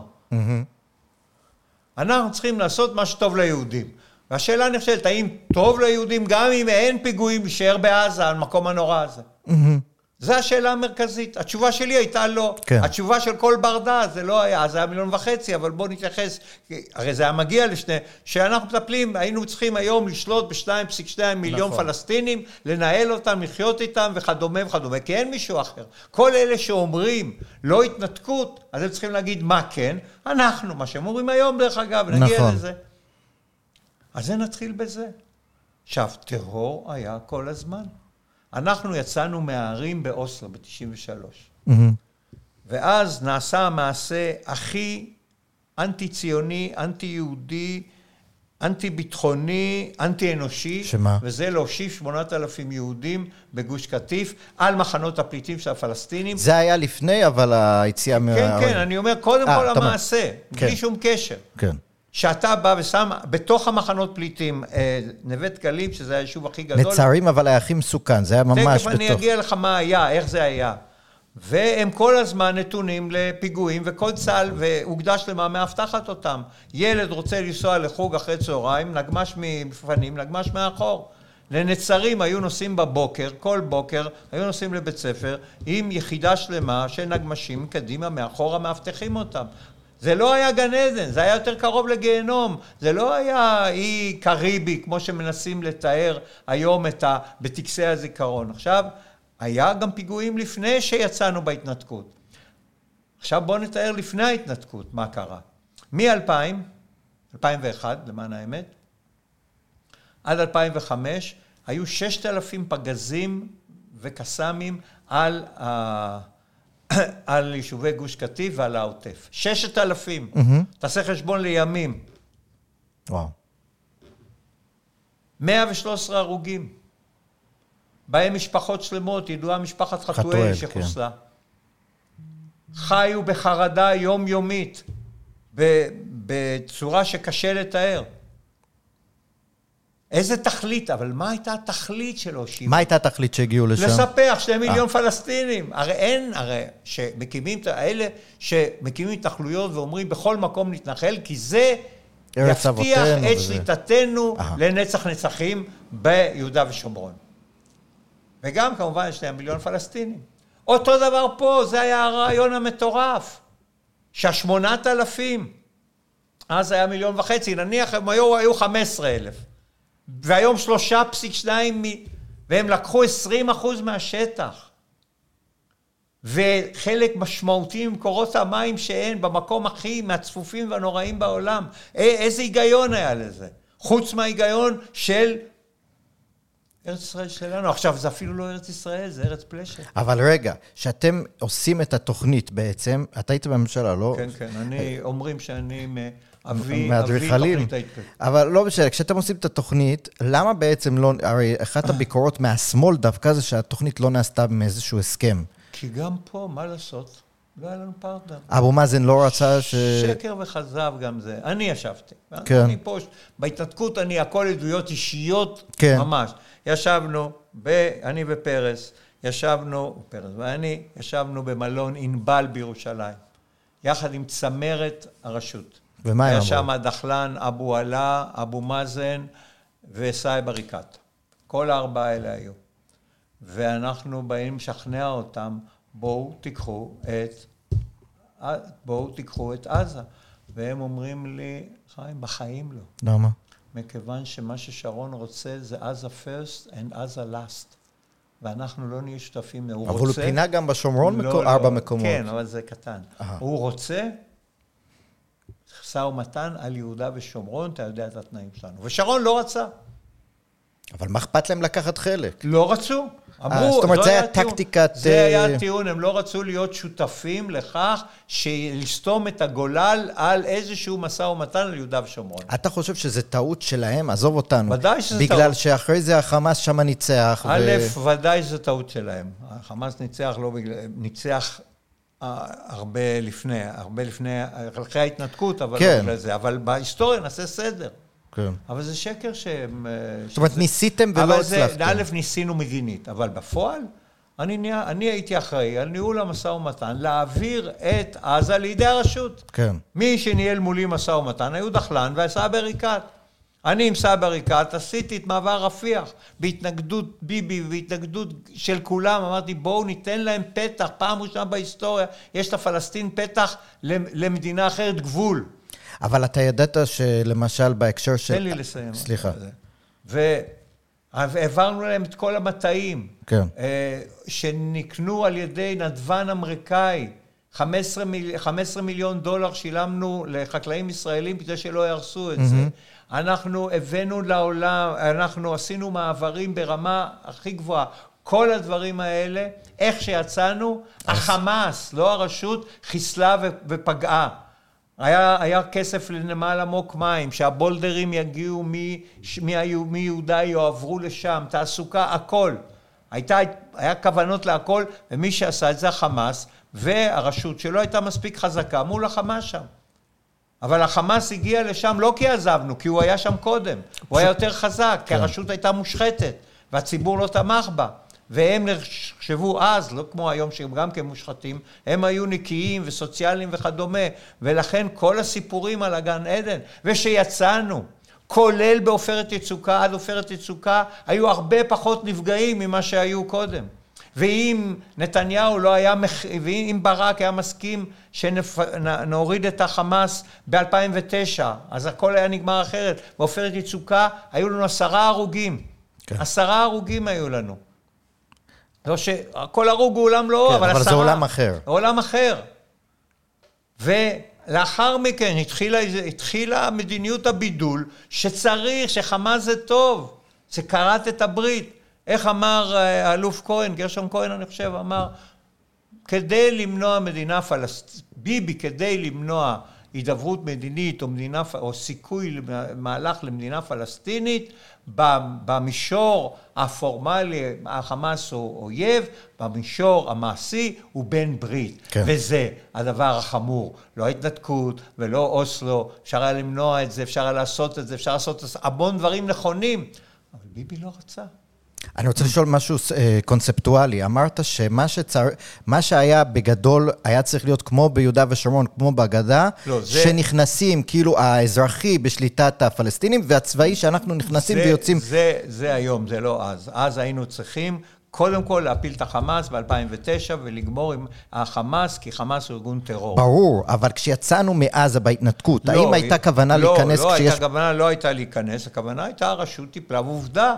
S3: אנחנו צריכים לעשות מה שטוב ליהודים. והשאלה נכשלת, האם טוב ליהודים גם אם אין פיגועים להישאר בעזה, על מקום הנורא הזה? זו השאלה המרכזית. התשובה שלי הייתה לא. התשובה של כל בר דעת, זה לא היה, זה היה 1.5 מיליון, אבל בואו נתייחס, הרי זה היה מגיע לשני, שאנחנו מטפלים, היינו צריכים היום לשלוט ב2.2 מיליון פלסטינים, לנהל אותם, לחיות איתם וכדומה וכדומה, כי אין מישהו אחר. כל אלה שאומרים לא התנתקות, אז הם צריכים להגיד מה כן, אנחנו, מה שהם אומרים היום דרך אגב, נגיע לזה. אז זה נתחיל בזה. עכשיו, טרור היה כל הזמן. אנחנו יצאנו מהערים באוסלו ב-93. ואז נעשה המעשה הכי אנטי-ציוני, אנטי-יהודי, אנטי-ביטחוני, אנטי-אנושי.
S2: שמה?
S3: וזה להושיב 8,000 יהודים בגוש קטיף על מחנות הפליטים של הפלסטינים.
S2: זה היה לפני, אבל היציאה
S3: כן, כן, אני אומר, קודם כל המעשה, בלי שום קשר.
S2: כן.
S3: שאתה בא ושם בתוך המחנות פליטים, נווה דקלים, שזה היישוב הכי גדול.
S2: נצרים, אבל היה הכי מסוכן, זה היה ממש בתוך.
S3: תכף אני אגיע לך מה היה, איך זה היה. והם כל הזמן נתונים לפיגועים, וכל צה"ל והוקדש למה מאבטחת אותם. ילד רוצה לנסוע לחוג אחרי צהריים, נגמש מפנים, נגמש מאחור. לנצרים היו נוסעים בבוקר, כל בוקר, היו נוסעים לבית ספר, עם יחידה שלמה של נגמשים קדימה, מאחורה מאבטחים אותם. זה לא היה גן עדן, זה היה יותר קרוב לגיהנום, זה לא היה אי קריבי, כמו שמנסים לתאר היום בטקסי הזיכרון. עכשיו, היה גם פיגועים לפני שיצאנו בהתנתקות. עכשיו בואו נתאר לפני ההתנתקות, מה קרה. מ-2001, למען האמת, עד 2005, היו 6,000 פגזים וקסאמים על יישובי גוש קטיף ועל העוטף. 6,000. תעשה חשבון לימים.
S2: וואו.
S3: 113 הרוגים. בהם משפחות שלמות, ידועה משפחת חתואל שחוסלה. חיו בחרדה יומיומית, בצורה שקשה לתאר. איזה תכלית, אבל מה הייתה התכלית של להושיב?
S2: מה הייתה התכלית שהגיעו לשם?
S3: לספח 2 מיליון פלסטינים. הרי אין, האלה שמקימים התנחלויות ואומרים בכל מקום נתנחל, כי זה יבטיח את שליטתנו לנצח נצחים ביהודה ושומרון. וגם כמובן 2 מיליון פלסטינים. אותו דבר פה, זה היה הרעיון המטורף. שה8,000, אז היה 1.5 מיליון, נניח הם היו 15,000. והיום 3.2, והם לקחו 20% מהשטח. וחלק משמעותי ממקורות המים שאין במקום הכי מהצפופים והנוראים בעולם. איזה היגיון היה לזה? חוץ מההיגיון של ארץ ישראל שלנו. עכשיו, זה אפילו לא ארץ ישראל, זה ארץ פלשת.
S2: אבל רגע, שאתם עושים את התוכנית בעצם, אתה היית בממשלה, לא?
S3: כן, כן. אומרים שאני
S2: מהדריכלים. אבל לא משנה, כשאתם עושים את התוכנית, למה בעצם לא, הרי אחת הביקורות מהשמאל דווקא זה שהתוכנית לא נעשתה מאיזשהו הסכם.
S3: כי גם פה, מה לעשות? לא היה לנו פרטנר.
S2: אבו מאזן לא רצה
S3: שקר וחזב גם זה. אני ישבתי.
S2: כן.
S3: אני פה, בהתנתקות הכל עדויות אישיות
S2: כן.
S3: ממש. ישבנו, אני ופרס, פרס ואני ישבנו במלון ענבל בירושלים, יחד עם צמרת הרשות.
S2: ומה
S3: היה שם הדחלן אבו עלה, אבו מאזן וסאיב עריקאת. כל 4 האלה היו. ואנחנו באים לשכנע אותם, בואו תיקחו את עזה. והם אומרים לי, חיים, בחיים לא.
S2: למה?
S3: מכיוון שמה ששרון רוצה זה עזה first and עזה last. ואנחנו לא נהיה שותפים.
S2: אבל הוא פינה גם בשומרון 4 מקומות.
S3: כן, אבל זה קטן. הוא רוצה משא ומתן על יהודה ושומרון, אתה יודע את התנאים שלנו. ושרון לא רצה.
S2: אבל מה אכפת להם לקחת חלק?
S3: לא רצו. אמרו,
S2: זאת אומרת, זה היה טקטיקת...
S3: זה היה הטיעון, הם לא רצו להיות שותפים לכך שלסתום את הגולל על איזשהו משא ומתן על יהודה ושומרון.
S2: אתה חושב שזה טעות שלהם? עזוב אותנו.
S3: ודאי שזה
S2: בגלל
S3: טעות.
S2: בגלל שאחרי זה החמאס שם ניצח.
S3: ודאי שזה טעות שלהם. החמאס ניצח, לא בגלל... ניצח הרבה לפני, אחרי ההתנתקות, אבל
S2: כן.
S3: לא בגלל זה. אבל בהיסטוריה נעשה סדר.
S2: כן.
S3: אבל זה שקר שהם...
S2: זאת אומרת, ניסיתם ולא הצלחתם.
S3: אבל זה, ניסינו מדינית, אבל בפועל, אני הייתי אחראי על ניהול המשא ומתן, להעביר את עזה לידי הרשות.
S2: כן.
S3: מי שניהל מולי משא ומתן, היו דחלן וסאיב עריקאת. אני עם סאיב עריקאת עשיתי את מעבר רפיח, בהתנגדות ביבי, בהתנגדות של כולם, אמרתי בואו ניתן להם פתח, פעם ראשונה בהיסטוריה, יש לפלסטין פתח למדינה אחרת גבול.
S2: אבל אתה ידעת שלמשל בהקשר של...
S3: תן לי לסיים.
S2: סליחה.
S3: והעברנו להם את כל המטעים,
S2: כן.
S3: שנקנו על ידי נדבן אמריקאי, 15 מיליון דולר שילמנו לחקלאים ישראלים כדי שלא ירסו את זה. אנחנו הבאנו לעולם, אנחנו עשינו מעברים ברמה הכי גבוהה. כל הדברים האלה, איך שיצאנו, החמאס, לא הרשות, חיסלה ופגעה. היה כסף לנמל עמוק מים, שהבולדרים יגיעו מיהודה, יועברו לשם, תעסוקה, הכל. היה כוונות להכל, ומי שעשה את זה החמאס, והרשות שלא הייתה מספיק חזקה מול החמאס שם. אבל החמאס הגיע לשם לא כי עזבנו, כי הוא היה שם קודם. הוא היה יותר חזק, כי הרשות הייתה מושחתת, והציבור לא תמך בה. והם נחשבו אז, לא כמו היום שהם גם כמושחתים, הם היו נקיים וסוציאליים וכדומה, ולכן כל הסיפורים על הגן עדן, ושיצאנו, כולל בעופרת יצוקה, עד עופרת יצוקה, היו הרבה פחות נפגעים ממה שהיו קודם. ואם נתניהו לא היה, ואם ברק היה מסכים שנוריד את החמאס ב-2009, אז הכל היה נגמר אחרת. בעופרת יצוקה היו לנו 10 הרוגים. כן. 10 הרוגים היו לנו. לא שכל הרוג הוא עולם לא,
S2: כן,
S3: אבל 10.
S2: אבל זה עולם אחר.
S3: עולם אחר. ולאחר מכן התחילה מדיניות הבידול, שצריך, שחמאס זה טוב, שקראת את הברית. איך אמר אלוף כהן, גרשום כהן אני חושב, אמר, כדי למנוע מדינה פלסטינית, ביבי כדי למנוע הידברות מדינית או סיכוי למהלך למדינה פלסטינית, במישור הפורמלי החמאס הוא אויב, במישור המעשי הוא בן ברית.
S2: כן.
S3: וזה הדבר החמור. לא ההתנתקות ולא אוסלו, אפשר היה למנוע את זה, אפשר היה לעשות את זה, אפשר לעשות המון דברים נכונים, אבל ביבי לא רצה.
S2: אני רוצה לשאול משהו קונספטואלי. אמרת שמה שהיה בגדול היה צריך להיות כמו ביהודה ושומרון, כמו בגדה, שנכנסים כאילו האזרחי בשליטת הפלסטינים, והצבאי שאנחנו נכנסים ויוצאים.
S3: זה היום, זה לא אז. אז היינו צריכים קודם כל להפיל את החמאס ב-2009 ולגמור עם החמאס, כי חמאס הוא ארגון טרור.
S2: ברור, אבל כשיצאנו מעזה בהתנתקות, האם הייתה כוונה להיכנס כשיש...
S3: הכוונה לא הייתה להיכנס, הכוונה הייתה הרשות טיפלה, ועובדה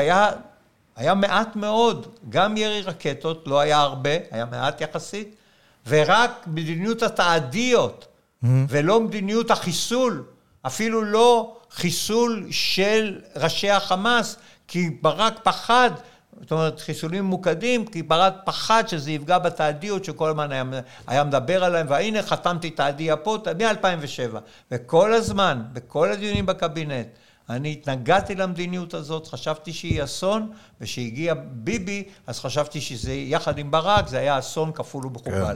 S3: היה מעט מאוד, גם ירי רקטות, לא היה הרבה, היה מעט יחסית, ורק מדיניות התעדיות, ולא מדיניות החיסול, אפילו לא חיסול של ראשי החמאס, כי ברק פחד, זאת אומרת חיסולים ממוקדים, כי ברק פחד שזה יפגע בתעדיות שכל הזמן היה מדבר עליהם, והנה חתמתי תעדיה פה מ-2007, וכל הזמן, בכל הדיונים בקבינט, אני התנגדתי למדיניות הזאת, חשבתי שהיא אסון, ושהגיע ביבי, אז חשבתי שזה יחד עם ברק, זה היה אסון כפול ובכופל.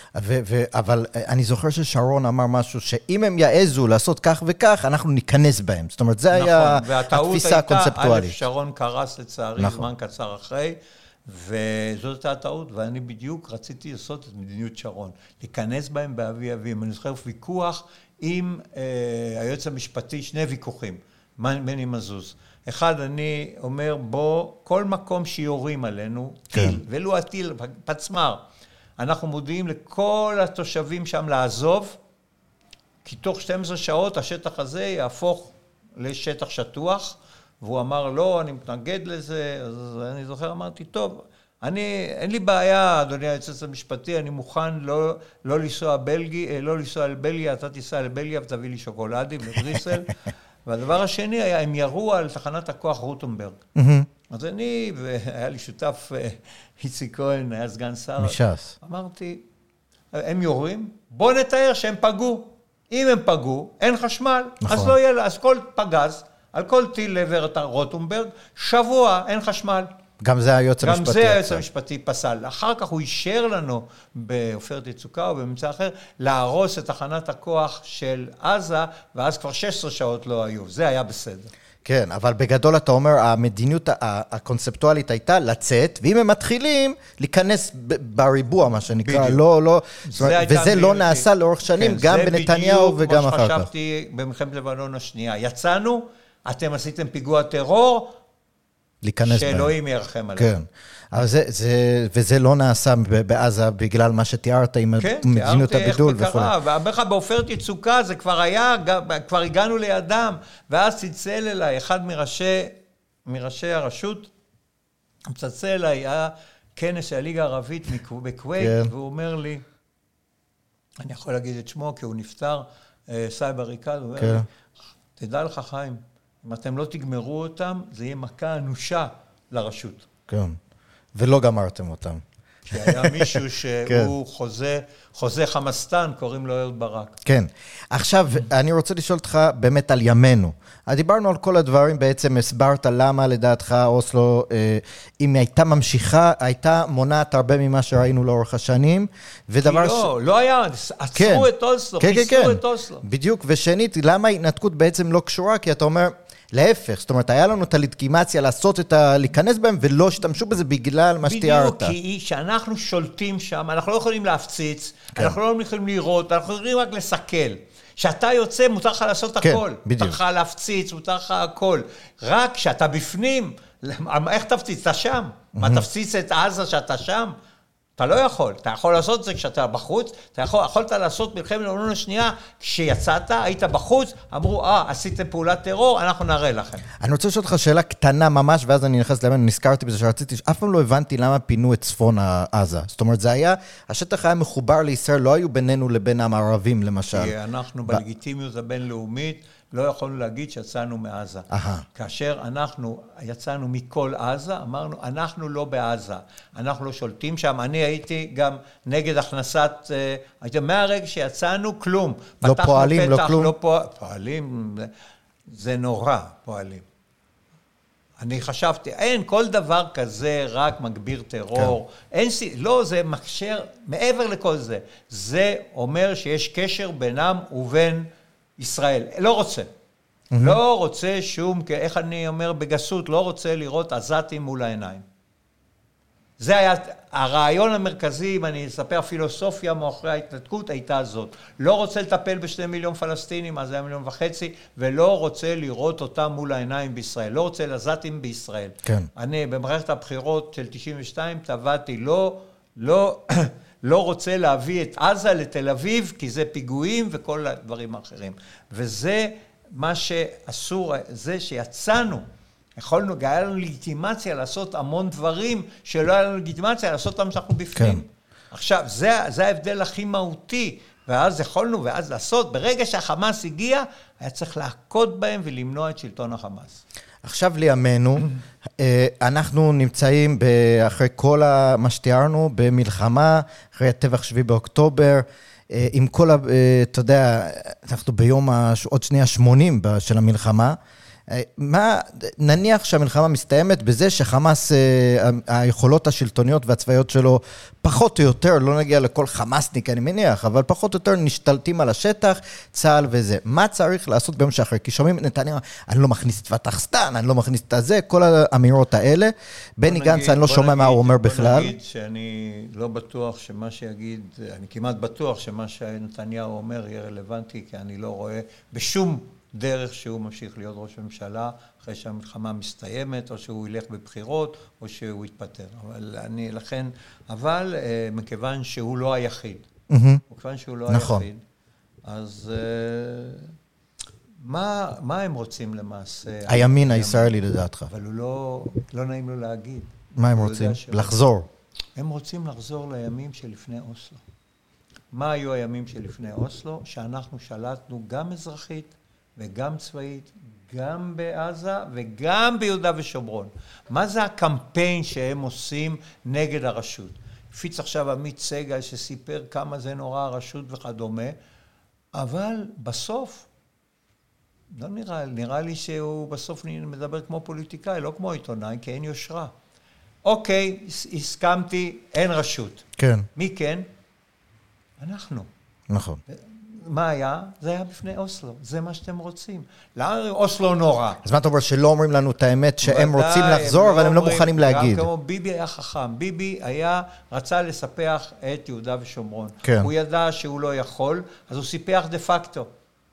S2: אבל אני זוכר ששרון אמר משהו, שאם הם יעזו לעשות כך וכך, אנחנו ניכנס בהם. זאת אומרת, זה היה התפיסה הקונספטואלית.
S3: שרון קרס לצערי, זמן קצר אחרי, וזאת הייתה הטעות, ואני בדיוק רציתי לעשות את מדיניות שרון, להיכנס בהם באבי אביהם. אני זוכר ויכוח עם היועץ המשפטי, שני ויכוחים. מני מזוז. אחד, אני אומר, בוא, כל מקום שיורים עלינו, טיל, ולו הטיל, פצמר, אנחנו מודיעים לכל התושבים שם לעזוב, כי תוך 12 שעות השטח הזה יהפוך לשטח שטוח, והוא אמר, לא, אני מתנגד לזה, אז אני זוכר, אמרתי, טוב, אין לי בעיה, אדוני היועץ המשפטי, אני מוכן לא לנסוע לבלגיה, אתה תיסע לבלגיה ותביא לי שוקולדים בבריסל, והדבר השני היה, הם ירו על תחנת הכוח רוטנברג. אז אני, והיה לי שותף, איציק כהן, היה סגן שר.
S2: מש"ס.
S3: אמרתי, הם יורים, בוא נתאר שהם פגעו. אם הם פגעו, אין חשמל. נכון. אז לא יהיה לה, אז כל פגז, על כל טיל לעבר את רוטנברג, שבוע אין חשמל.
S2: גם זה היועץ המשפטי.
S3: גם זה היועץ המשפטי פסל. אחר כך הוא אישר לנו, בעופרת יצוקה או בממצא אחר, להרוס את תחנת הכוח של עזה, ואז כבר 16 שעות לא היו. זה היה בסדר.
S2: כן, אבל בגדול אתה אומר, המדיניות הקונספטואלית הייתה לצאת, ואם הם מתחילים, להיכנס בריבוע, מה שנקרא, לא, וזה לא נעשה לאורך שנים, גם בנתניהו וגם אחר כך.
S3: זה בדיוק כמו שחשבתי במלחמת לבנון השנייה. יצאנו, אתם עשיתם פיגוע טרור, שאלוהים ירחם עליהם.
S2: כן, אבל וזה לא נעשה בעזה בגלל מה שתיארת עם מדיניות הבידול וכו'.
S3: ואמר לך, בעופרת יצוקה זה כבר היה, כבר הגענו לידם, ואז צלצל אליי, אחד מראשי הרשות, צלצל אליי, היה כנס של הליגה הערבית בכווית, והוא אומר לי, אני יכול להגיד את שמו, כי הוא נפטר, סאיב עריקאת, הוא אומר לי, תדע לך חיים, אם אתם לא תגמרו אותם, זה יהיה מכה אנושה לרשות.
S2: כן, ולא גמרתם אותם.
S3: כי היה מישהו שהוא חוזה חמאסטן, קוראים לו אהוד ברק.
S2: כן. עכשיו, אני רוצה לשאול אותך באמת על ימינו. דיברנו על כל הדברים, בעצם הסברת למה לדעתך אוסלו, אם הייתה ממשיכה, הייתה מונעת הרבה ממה שראינו לאורך השנים.
S3: כי לא היה, עצרו את אוסלו, חיסלו את אוסלו.
S2: בדיוק, ושנית, למה ההתנתקות בעצם לא קשורה? כי אתה אומר, להפך, זאת אומרת, היה לנו את הלגיטימציה להיכנס בהם, ולא השתמשו בזה בגלל מה שתיארת.
S3: בדיוק, כי שאנחנו שולטים שם, אנחנו לא יכולים להפציץ, אנחנו לא יכולים לראות, אנחנו יכולים רק לסכל. שאתה יוצא, מותר לך לעשות הכל. מותר לך להפציץ, מותר לך הכל. רק שאתה בפנים, איך תפציץ? אתה שם. מה תפציץ את עזה שאתה שם? אתה לא יכול. אתה יכול לעשות את זה כשאתה בחוץ, אתה יכולת לעשות מלחמת לבנון השנייה, כשיצאת, היית בחוץ, אמרו, עשיתם פעולת טרור, אנחנו נראה לכם.
S2: אני רוצה לשאול אותך שאלה קטנה ממש, ואז אני נכנס למה, נזכרתי בזה שרציתי, אף פעם לא הבנתי למה פינו את צפון עזה. זאת אומרת, זה היה, השטח היה מחובר לישראל, לא היו בינינו לבין המערבים, למשל.
S3: כי אנחנו בלגיטימיות הבינלאומית, לא יכולנו להגיד שיצאנו מעזה. כאשר אנחנו יצאנו מכל עזה, אמרנו, אנחנו לא בעזה, אנחנו לא שולטים שם. אני הייתי גם נגד הכנסת, מהרגע שיצאנו, כלום.
S2: לא פועלים, לא כלום?
S3: פועלים, זה נורא, פועלים. אני חשבתי, אין כל דבר כזה רק מגביר טרור, אין, לא, זה מקשר, מעבר לכל זה, זה אומר שיש קשר בינם ובין ישראל, לא רוצה, לא רוצה שום, איך אני אומר בגסות, לא רוצה לראות עזתים מול העיניים. זה היה, הרעיון המרכזי, אם אני אספר פילוסופיה מאחורי ההתנתקות, הייתה זאת. לא רוצה לטפל ב2 מיליון פלסטינים, אז זה 1.5 מיליון, ולא רוצה לראות אותם מול העיניים בישראל. לא רוצה לעזתים בישראל.
S2: כן.
S3: אני במערכת הבחירות של 92 טבעתי, לא רוצה להביא את עזה לתל אביב, כי זה פיגועים וכל הדברים האחרים. וזה מה שאסור, זה שיצאנו, יכולנו, היה לנו לגיטימציה לעשות המון דברים שלא היה לנו לגיטימציה לעשות אותם שאנחנו בפנים. כן. עכשיו, זה ההבדל הכי מהותי, ואז יכולנו, ואז לעשות, ברגע שהחמאס הגיע, היה צריך להכות בהם ולמנוע את שלטון החמאס.
S2: עכשיו לימינו, אנחנו נמצאים אחרי כל מה שתיארנו, במלחמה, אחרי הטבח 7 באוקטובר, עם כל, אתה יודע, אנחנו ביום עוד שנייה 80 של המלחמה, נניח שהמלחמה מסתיימת בזה שחמאס, היכולות השלטוניות והצבאיות שלו פחות או יותר, לא נגיע לכל חמאסניק אני מניח, אבל פחות או יותר נשתלטים על השטח, צה"ל וזה. מה צריך לעשות ביום שאחרי? כי שומעים נתניהו, אני לא מכניס את פתח סטן, אני לא מכניס את זה, כל האמירות האלה. בני גנץ, אני לא שומע מה הוא אומר בכלל.
S3: בוא נגיד שאני לא בטוח שמה שיגיד, אני כמעט בטוח שמה שנתניהו אומר יהיה רלוונטי, כי אני לא רואה בשום דרך שהוא ממשיך להיות ראש ממשלה אחרי שהמלחמה מסתיימת, או שהוא ילך בבחירות, או שהוא יתפטר. אבל מכיוון שהוא לא היחיד, מכיוון שהוא לא היחיד, אז מה הם רוצים למעשה?
S2: הימין הישראלי לדעתך.
S3: אבל הוא לא נעים לו להגיד.
S2: מה הם רוצים? לחזור.
S3: הם רוצים לחזור לימים שלפני אוסלו. מה היו הימים שלפני אוסלו? שאנחנו שלטנו גם אזרחית, וגם צבאית, גם בעזה וגם ביהודה ושומרון. מה זה הקמפיין שהם עושים נגד הרשות? הפיץ עכשיו עמית סגל שסיפר כמה זה נורא הרשות וכדומה, אבל בסוף, לא נראה לי שהוא בסוף מדבר כמו פוליטיקאי, לא כמו עיתונאי, כי אין יושרה. אוקיי, הסכמתי, אין רשות.
S2: כן.
S3: מי כן? אנחנו.
S2: נכון.
S3: מה היה? זה היה בפני אוסלו. זה מה שאתם רוצים. למה אוסלו נורא?
S2: אז מה אתה אומר שלא אומרים לנו את האמת שהם רוצים לחזור, אבל הם לא מוכנים להגיד?
S3: גם כמו ביבי היה חכם. ביבי רצה לספח את יהודה ושומרון.
S2: כן.
S3: הוא ידע שהוא לא יכול, אז הוא סיפח דה פקטו.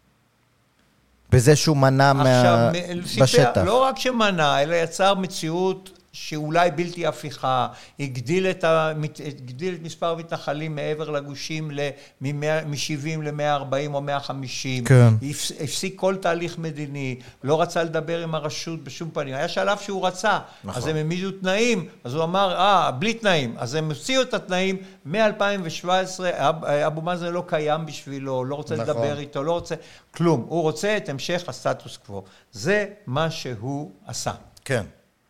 S2: בזה שהוא מנע בשטח.
S3: לא רק שמנע, אלא יצר מציאות שאולי בלתי הפיכה, הגדיל את מספר המתנחלים מעבר לגושים מ-70 ל-140 או 150,
S2: כן.
S3: הפסיק כל תהליך מדיני, לא רצה לדבר עם הרשות בשום פנים, היה שלב שהוא רצה, נכון. אז הם העמידו תנאים, אז הוא אמר, בלי תנאים, אז הם הוציאו את התנאים, מ-2017 אבו מאזן לא קיים בשבילו, לא רוצה נכון. לדבר איתו, לא רוצה כלום, הוא רוצה את המשך הסטטוס קוו, זה מה שהוא עשה.
S2: כן.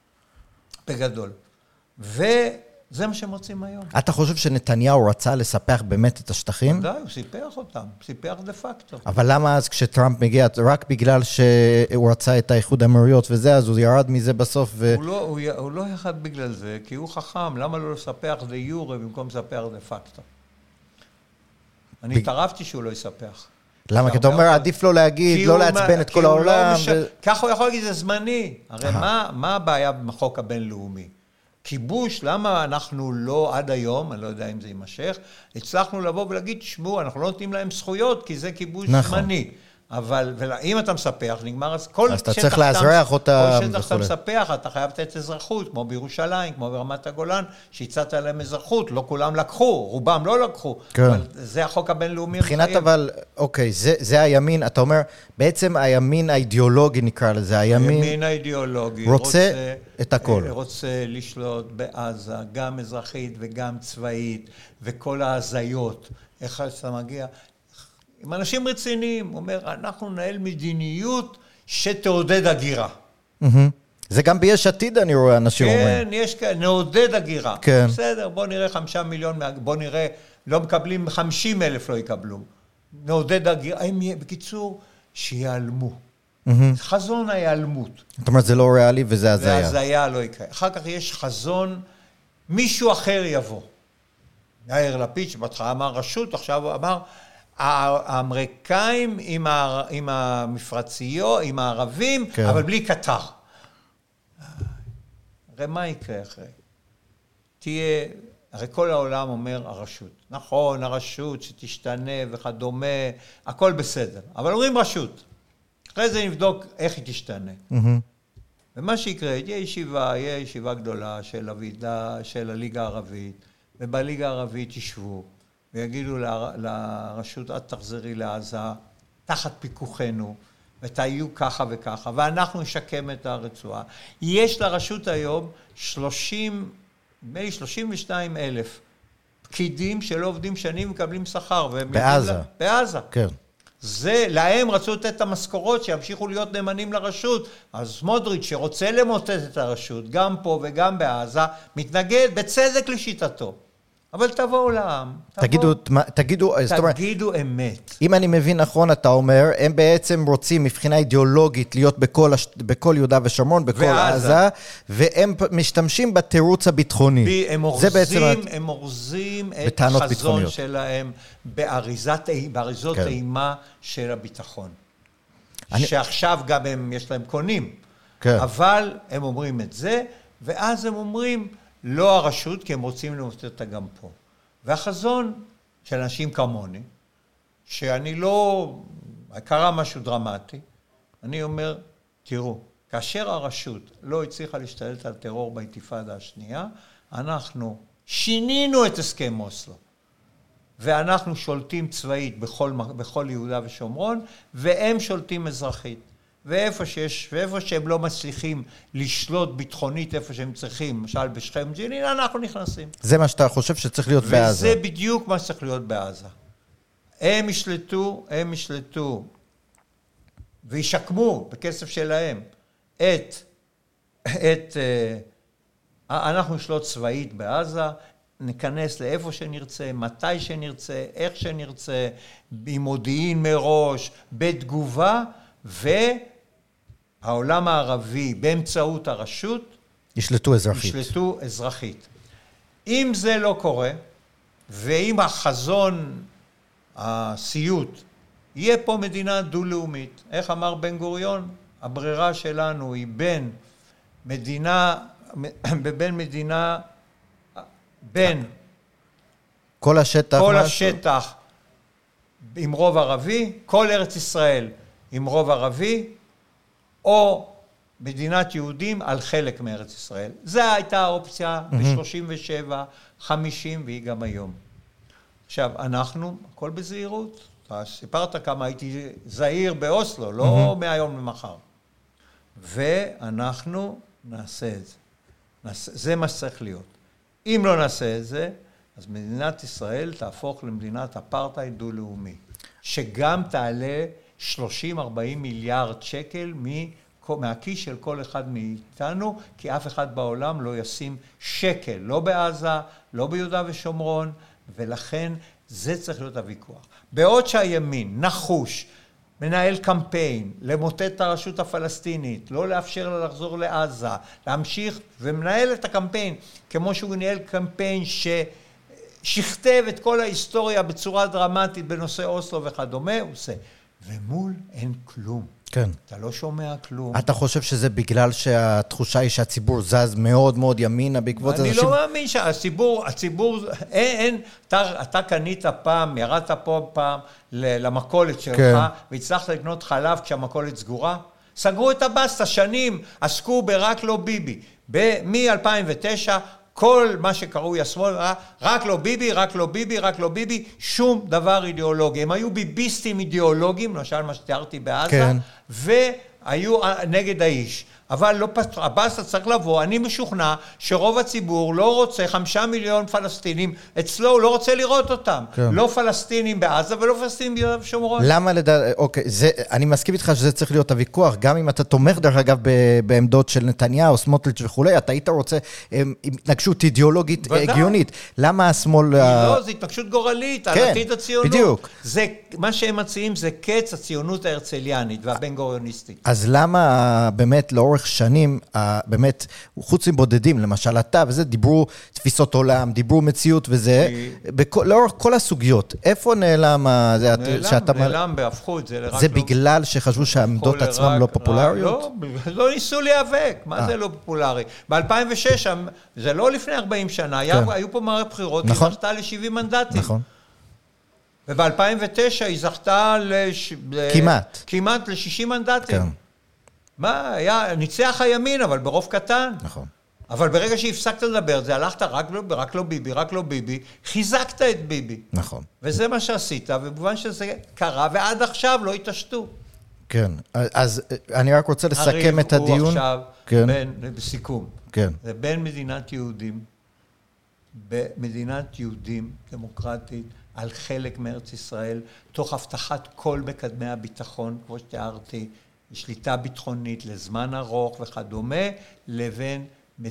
S3: בגדול. וזה מה שהם רוצים היום.
S2: אתה חושב שנתניהו רצה לספח באמת את השטחים?
S3: ודאי, הוא סיפח אותם. סיפח דה פקטו.
S2: אבל למה אז כשטראמפ מגיע, רק בגלל שהוא רצה את האיחוד האמירויות וזה, אז הוא ירד מזה בסוף
S3: הוא לא ירד בגלל זה, כי הוא חכם. למה לא לספח דה יורה במקום לספח דה פקטו? אני התערבתי שהוא לא יספח.
S2: למה? כי אתה אומר, עדיף לו להגיד, לא לעצבן את כל העולם.
S3: ככה הוא יכול להגיד, זה זמני. הרי מה הבעיה בחוק הבינלאומי? כיבוש, למה אנחנו לא עד היום, אני לא יודע אם זה יימשך, הצלחנו לבוא ולהגיד, תשמעו, אנחנו לא נותנים להם זכויות, כי זה כיבוש זמני. אבל אם אתה מספח, נגמר, אז כל
S2: אתה צריך לאזרח אותם.
S3: כל שטח אתה מספח, אתה חייב לתת אזרחות, כמו בירושלים, כמו ברמת הגולן, שהצעת להם אזרחות, לא כולם לקחו, רובם לא לקחו, אבל זה החוק הבינלאומי.
S2: מבחינת אבל, אוקיי, זה הימין, אתה אומר, בעצם הימין האידיאולוגי נקרא לזה,
S3: הימין האידיאולוגי
S2: רוצה את הכל.
S3: רוצה לשלוט בעזה, גם אזרחית וגם צבאית, וכל ההזיות, איך אתה מגיע, עם אנשים רציניים, הוא אומר, אנחנו ננהל מדיניות שתעודד הגירה.
S2: זה גם ביש עתיד אני רואה אנשים אומרים.
S3: כן, יש כאלה, נעודד הגירה.
S2: כן.
S3: בסדר, בוא נראה 5 מיליון, בוא נראה, לא מקבלים 50,000 לא יקבלו. נעודד הגירה, בקיצור, שיעלמו. חזון ההיעלמות.
S2: זאת אומרת, זה לא ריאלי וזה הזיה.
S3: זה הזיה לא יקרה. אחר כך יש חזון, מישהו אחר יבוא. יאיר לפיד, שבהתחלה אמר רשות, עכשיו אמר, האמריקאים עם המפרציות, עם הערבים, כן. אבל בלי קטר. הרי מה יקרה אחרי? תהיה, הרי כל העולם אומר הרשות. נכון, הרשות שתשתנה וכדומה, הכל בסדר. אבל אומרים רשות. אחרי זה נבדוק איך היא תשתנה. ומה שיקרה, יהיה ישיבה גדולה של הוועידה של הליגה הערבית, ובליגה הערבית ישבו, ויגידו לרשות, את תחזרי לעזה, תחת פיקוחנו, ותהיו ככה וככה, ואנחנו נשקם את הרצועה. יש לרשות היום 32,000 פקידים שלא עובדים שנים ומקבלים שכר.
S2: בעזה.
S3: בעזה.
S2: כן.
S3: זה, להם רצו לתת את המשכורות שימשיכו להיות נאמנים לרשות. אז סמוטריץ' שרוצה למוטט את הרשות, גם פה וגם בעזה, מתנגד בצדק לשיטתו. אבל תבואו לעם. תגידו אמת.
S2: אם אני מבין נכון, אתה אומר, הם בעצם רוצים מבחינה אידיאולוגית להיות בכל יהודה ושומרון, בכל עזה, והם משתמשים בתירוץ הביטחוני.
S3: הם אורזים את החזון שלהם באריזות אימה של הביטחון. שעכשיו גם יש להם קונים. אבל הם אומרים את זה, ואז הם אומרים, לא הרשות, כי הם רוצים למוטט אותה גם פה. והחזון של אנשים כמוני, שאני לא, קרה משהו דרמטי, אני אומר, תראו, כאשר הרשות לא הצליחה להשתלט על טרור באינתיפאדה השנייה, אנחנו שינינו את הסכם אוסלו, ואנחנו שולטים צבאית בכל יהודה ושומרון, והם שולטים אזרחית. ואיפה שהם לא מצליחים לשלוט ביטחונית, איפה שהם צריכים, למשל בשכם ג'נין, אנחנו נכנסים.
S2: זה מה שאתה חושב שצריך להיות בעזה.
S3: וזה בדיוק מה שצריך להיות בעזה. הם ישלטו, וישקמו בכסף שלהם אנחנו נשלוט צבאית בעזה, ניכנס לאיפה שנרצה, מתי שנרצה, איך שנרצה, עם מודיעין מראש, בתגובה, והעולם הערבי באמצעות הרשות
S2: ישלטו
S3: אזרחית. אם זה לא קורה, ואם החזון, הסיוט, יהיה פה מדינה דו-לאומית. איך אמר בן גוריון? הברירה שלנו היא בין
S2: כל השטח
S3: עם רוב ערבי, כל ארץ ישראל עם רוב ערבי, או מדינת יהודים על חלק מארץ ישראל. זו הייתה האופציה ב-37, 50 והיא גם היום. עכשיו, אנחנו, הכל בזהירות. אתה סיפרת כמה הייתי זהיר באוסלו, לא מהיום למחר. ואנחנו נעשה את זה. זה מה שצריך להיות. אם לא נעשה את זה, אז מדינת ישראל תהפוך למדינת אפרטהייד דו-לאומי, שגם תעלה 30-40 מיליארד שקל מהכיס של כל אחד מאיתנו, כי אף אחד בעולם לא ישים שקל, לא בעזה, לא ביהודה ושומרון, ולכן זה צריך להיות הוויכוח. בעוד שהימין נחוש, מנהל קמפיין, למוטט את הרשות הפלסטינית, לא לאפשר לה לחזור לעזה, להמשיך ומנהל את הקמפיין, כמו שהוא מנהל קמפיין ששכתב את כל ההיסטוריה בצורה דרמטית בנושא אוסלו וכדומה, הוא עושה. ומול אין כלום.
S2: כן.
S3: אתה לא שומע כלום.
S2: אתה חושב שזה בגלל שהתחושה היא שהציבור זז מאוד מאוד ימינה בעקבות זה?
S3: אני לא מאמין שהציבור, אתה קנית פעם, ירדת פה פעם למכולת שלך, והצלחת לקנות חלב כשהמכולת סגורה? סגרו את הבסטה, שנים עסקו ברק לא ביבי. מ-2009, כל מה שקראו השמאל, רק לא ביבי, רק לא ביבי, רק לא ביבי, שום דבר אידיאולוגי. הם היו ביביסטים אידיאולוגיים, למשל מה שתיארתי בעזה, והיו נגד האיש. אבל לא עבאס צריך לבוא, אני משוכנע שרוב הציבור לא רוצה 5 מיליון פלסטינים, אצלו הוא לא רוצה לראות אותם. כן. לא פלסטינים בעזה ולא פלסטינים ביהודה ושומרון.
S2: למה אוקיי, אני מסכים איתך שזה צריך להיות הוויכוח, גם אם אתה תומך דרך אגב בעמדות של נתניהו, סמוטריץ' וכולי, אתה היית רוצה התנגשות אידיאולוגית הגיונית. למה השמאל...
S3: לא, זה התנגשות גורלית,
S2: כן,
S3: על עתיד הציונות.
S2: בדיוק.
S3: מה שהם מציעים זה קץ הציונות ההרצליאנית והבן גוריוניסטית. אז
S2: למה באמת לאורך שנים, באמת, חוץ מבודדים, למשל אתה וזה, דיברו תפיסות עולם, דיברו מציאות וזה, לאורך כל הסוגיות, איפה נעלם
S3: נעלם, והפכו את זה.
S2: זה בגלל שחשבו שהעמדות עצמם לא פופולריות?
S3: לא ניסו להיאבק, מה זה לא פופולרי? ב-2006, זה לא לפני 40 שנה, היו פה מערכת בחירות, היא זכתה ל-70 מנדטים.
S2: נכון.
S3: וב-2009 היא זכתה כמעט ל-60 מנדטים. מה, ניצח הימין, אבל ברוב קטן.
S2: נכון.
S3: אבל ברגע שהפסקת לדבר, זה הלכת רק לא ביבי, חיזקת את ביבי.
S2: נכון.
S3: וזה מה שעשית, ובמובן שזה קרה, ועד עכשיו לא התעשתו.
S2: כן, אז אני רק רוצה לסכם את הדיון.
S3: הריב הוא עכשיו, בסיכום.
S2: כן.
S3: זה בין מדינת יהודים דמוקרטית, על חלק מארץ ישראל, תוך הבטחת כל מקדמי הביטחון, כמו שתיארתי, שליטה ביטחונית לזמן ארוך וכדומה, לבין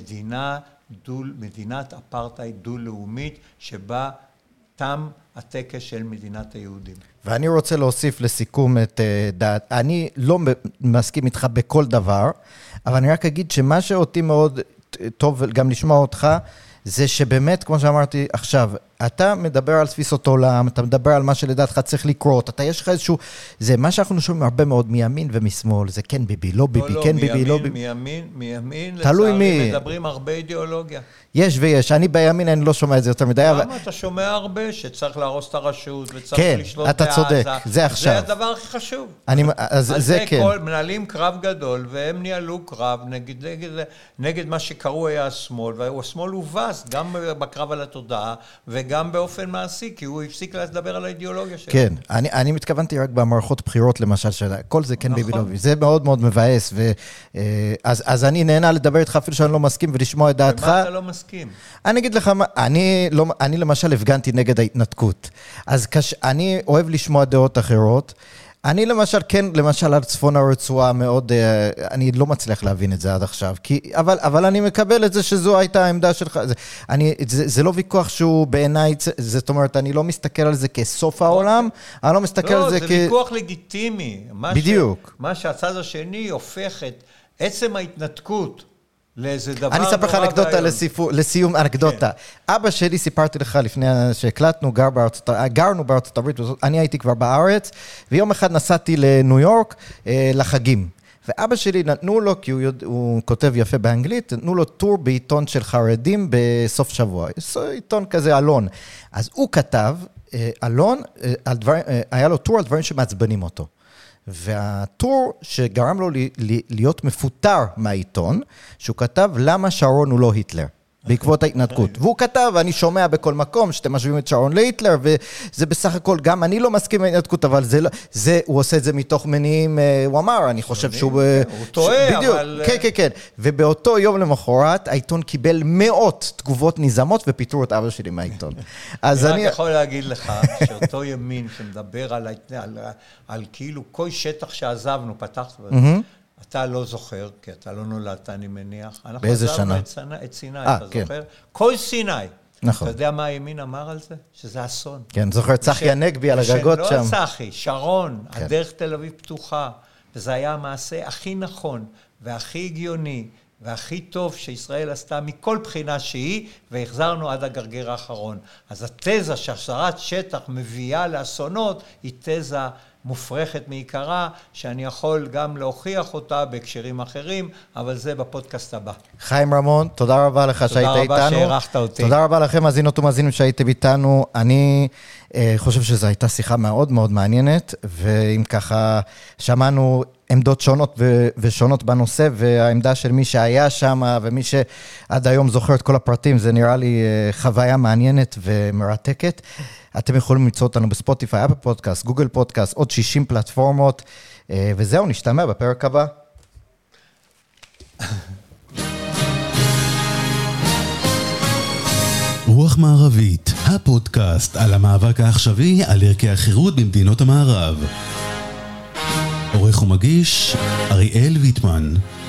S3: מדינת אפרטהייד דו-לאומית, שבה תם הטקס של מדינת היהודים.
S2: ואני רוצה להוסיף לסיכום את דעת, אני לא מסכים איתך בכל דבר, אבל אני רק אגיד שמה שאותי מאוד טוב גם לשמוע אותך, זה שבאמת, כמו שאמרתי עכשיו, אתה מדבר על תפיסות עולם, אתה מדבר על מה שלדעתך צריך לקרות, יש לך איזשהו, זה מה שאנחנו שומעים הרבה מאוד מימין ומשמאל, זה כן ביבי, לא ביבי, כן ביבי, לא ביבי.
S3: מימין,
S2: תלוי מי.
S3: לצערי מדברים הרבה אידיאולוגיה.
S2: יש ויש, אני בימין, אני לא שומע את זה יותר מדי.
S3: למה אתה שומע הרבה שצריך להרוס את הרשות וצריך לשלוט בעזה?
S2: כן, אתה צודק, זה עכשיו.
S3: זה הדבר הכי חשוב.
S2: אז זה כן.
S3: מנהלים קרב גדול, והם ניהלו קרב נגד מה שקראו היה השמאל, והשמאל הובס גם בקרב על התודעה, וגם באופן מעשי, כי הוא הפסיק לדבר על האידיאולוגיה שלו.
S2: כן, אני מתכוונתי רק במערכות בחירות למשל, כל זה כן ביבי לא ביבי. זה מאוד מאוד מבאס, אז אני נהנה לדבר איתך אפילו שאני לא מסכים ולשמוע את דעתך.
S3: ומה אתה לא מסכים?
S2: אני אגיד לך, אני למשל הפגנתי נגד ההתנתקות, אז אני אוהב לשמוע דעות אחרות, אני למשל על צפון הרצועה מאוד, אני לא מצליח להבין את זה עד עכשיו, אבל אני מקבל את זה שזו הייתה העמדה שלך, זה לא ויכוח שהוא בעיניי, זאת אומרת, אני לא מסתכל על זה כסוף העולם, אני לא מסתכל על זה
S3: זה ויכוח לגיטימי,
S2: בדיוק.
S3: מה שהצד השני הופך את עצם ההתנתקות, לאיזה דבר
S2: אני אספר לך אנקדוטה לסיום אנקדוטה. אבא שלי, סיפרתי לך לפני שהקלטנו, גרנו בארצות הברית, אני הייתי כבר בארץ, ויום אחד נסעתי לניו יורק לחגים. ואבא שלי נתנו לו, כי הוא כותב יפה באנגלית, נתנו לו טור בעיתון של חרדים בסוף שבוע. עיתון כזה אלון. אז הוא כתב, אלון, היה לו טור על דברים שמעצבנים אותו. והטור שגרם לו להיות מפוטר מהעיתון, שהוא כתב למה שרון הוא לא היטלר, בעקבות ההתנתקות. והוא כתב, אני שומע בכל מקום שאתם משווים את שרון להיטלר, וזה בסך הכל, גם אני לא מסכים להתנתקות, אבל הוא עושה את זה מתוך מניעים, הוא אמר, אני חושב שהוא...
S3: הוא טועה, אבל...
S2: כן, כן, כן. ובאותו יום למחרת, העיתון קיבל מאות תגובות נזמות, ופיטרו את אבא שלי מהעיתון.
S3: אני רק יכול להגיד לך, שאותו ימין שמדבר על כאילו כל שטח שעזבנו, פתחת בזה, אתה לא זוכר, כי אתה לא נולדת, אני מניח.
S2: באיזה שנה?
S3: את סיני, אתה זוכר? כל סיני.
S2: נכון.
S3: אתה יודע מה הימין אמר על זה? שזה אסון.
S2: כן, זוכר צחי הנגבי על הגגות שם.
S3: לא צחי, שרון, הדרך תל אביב פתוחה. וזה היה המעשה הכי נכון, והכי הגיוני, והכי טוב שישראל עשתה מכל בחינה שהיא, והחזרנו עד הגרגר האחרון. אז התזה שהסרת שטח מביאה לאסונות, היא תזה מופרכת מעיקרה, שאני יכול גם להוכיח אותה בהקשרים אחרים, אבל זה בפודקאסט הבא.
S2: חיים רמון, תודה רבה לך שהיית איתנו.
S3: תודה רבה שהערכת אותי.
S2: תודה רבה לכם, מאזינות ומאזינים שהייתם איתנו. אני חושב שזו הייתה שיחה מאוד מאוד מעניינת, ואם ככה שמענו עמדות שונות ושונות בנושא, והעמדה של מי שהיה שם, ומי שעד היום זוכר את כל הפרטים, זה נראה לי חוויה מעניינת ומרתקת. אתם יכולים למצוא אותנו בספוטיפיי, אפל פודקאסט, גוגל פודקאסט, עוד 60 פלטפורמות, וזהו, נשתמע בפרק הבא.
S1: רוח מערבית, הפודקאסט על המאבק העכשווי על ערכי החירות במדינות המערב. עורך ומגיש, אריאל ויטמן.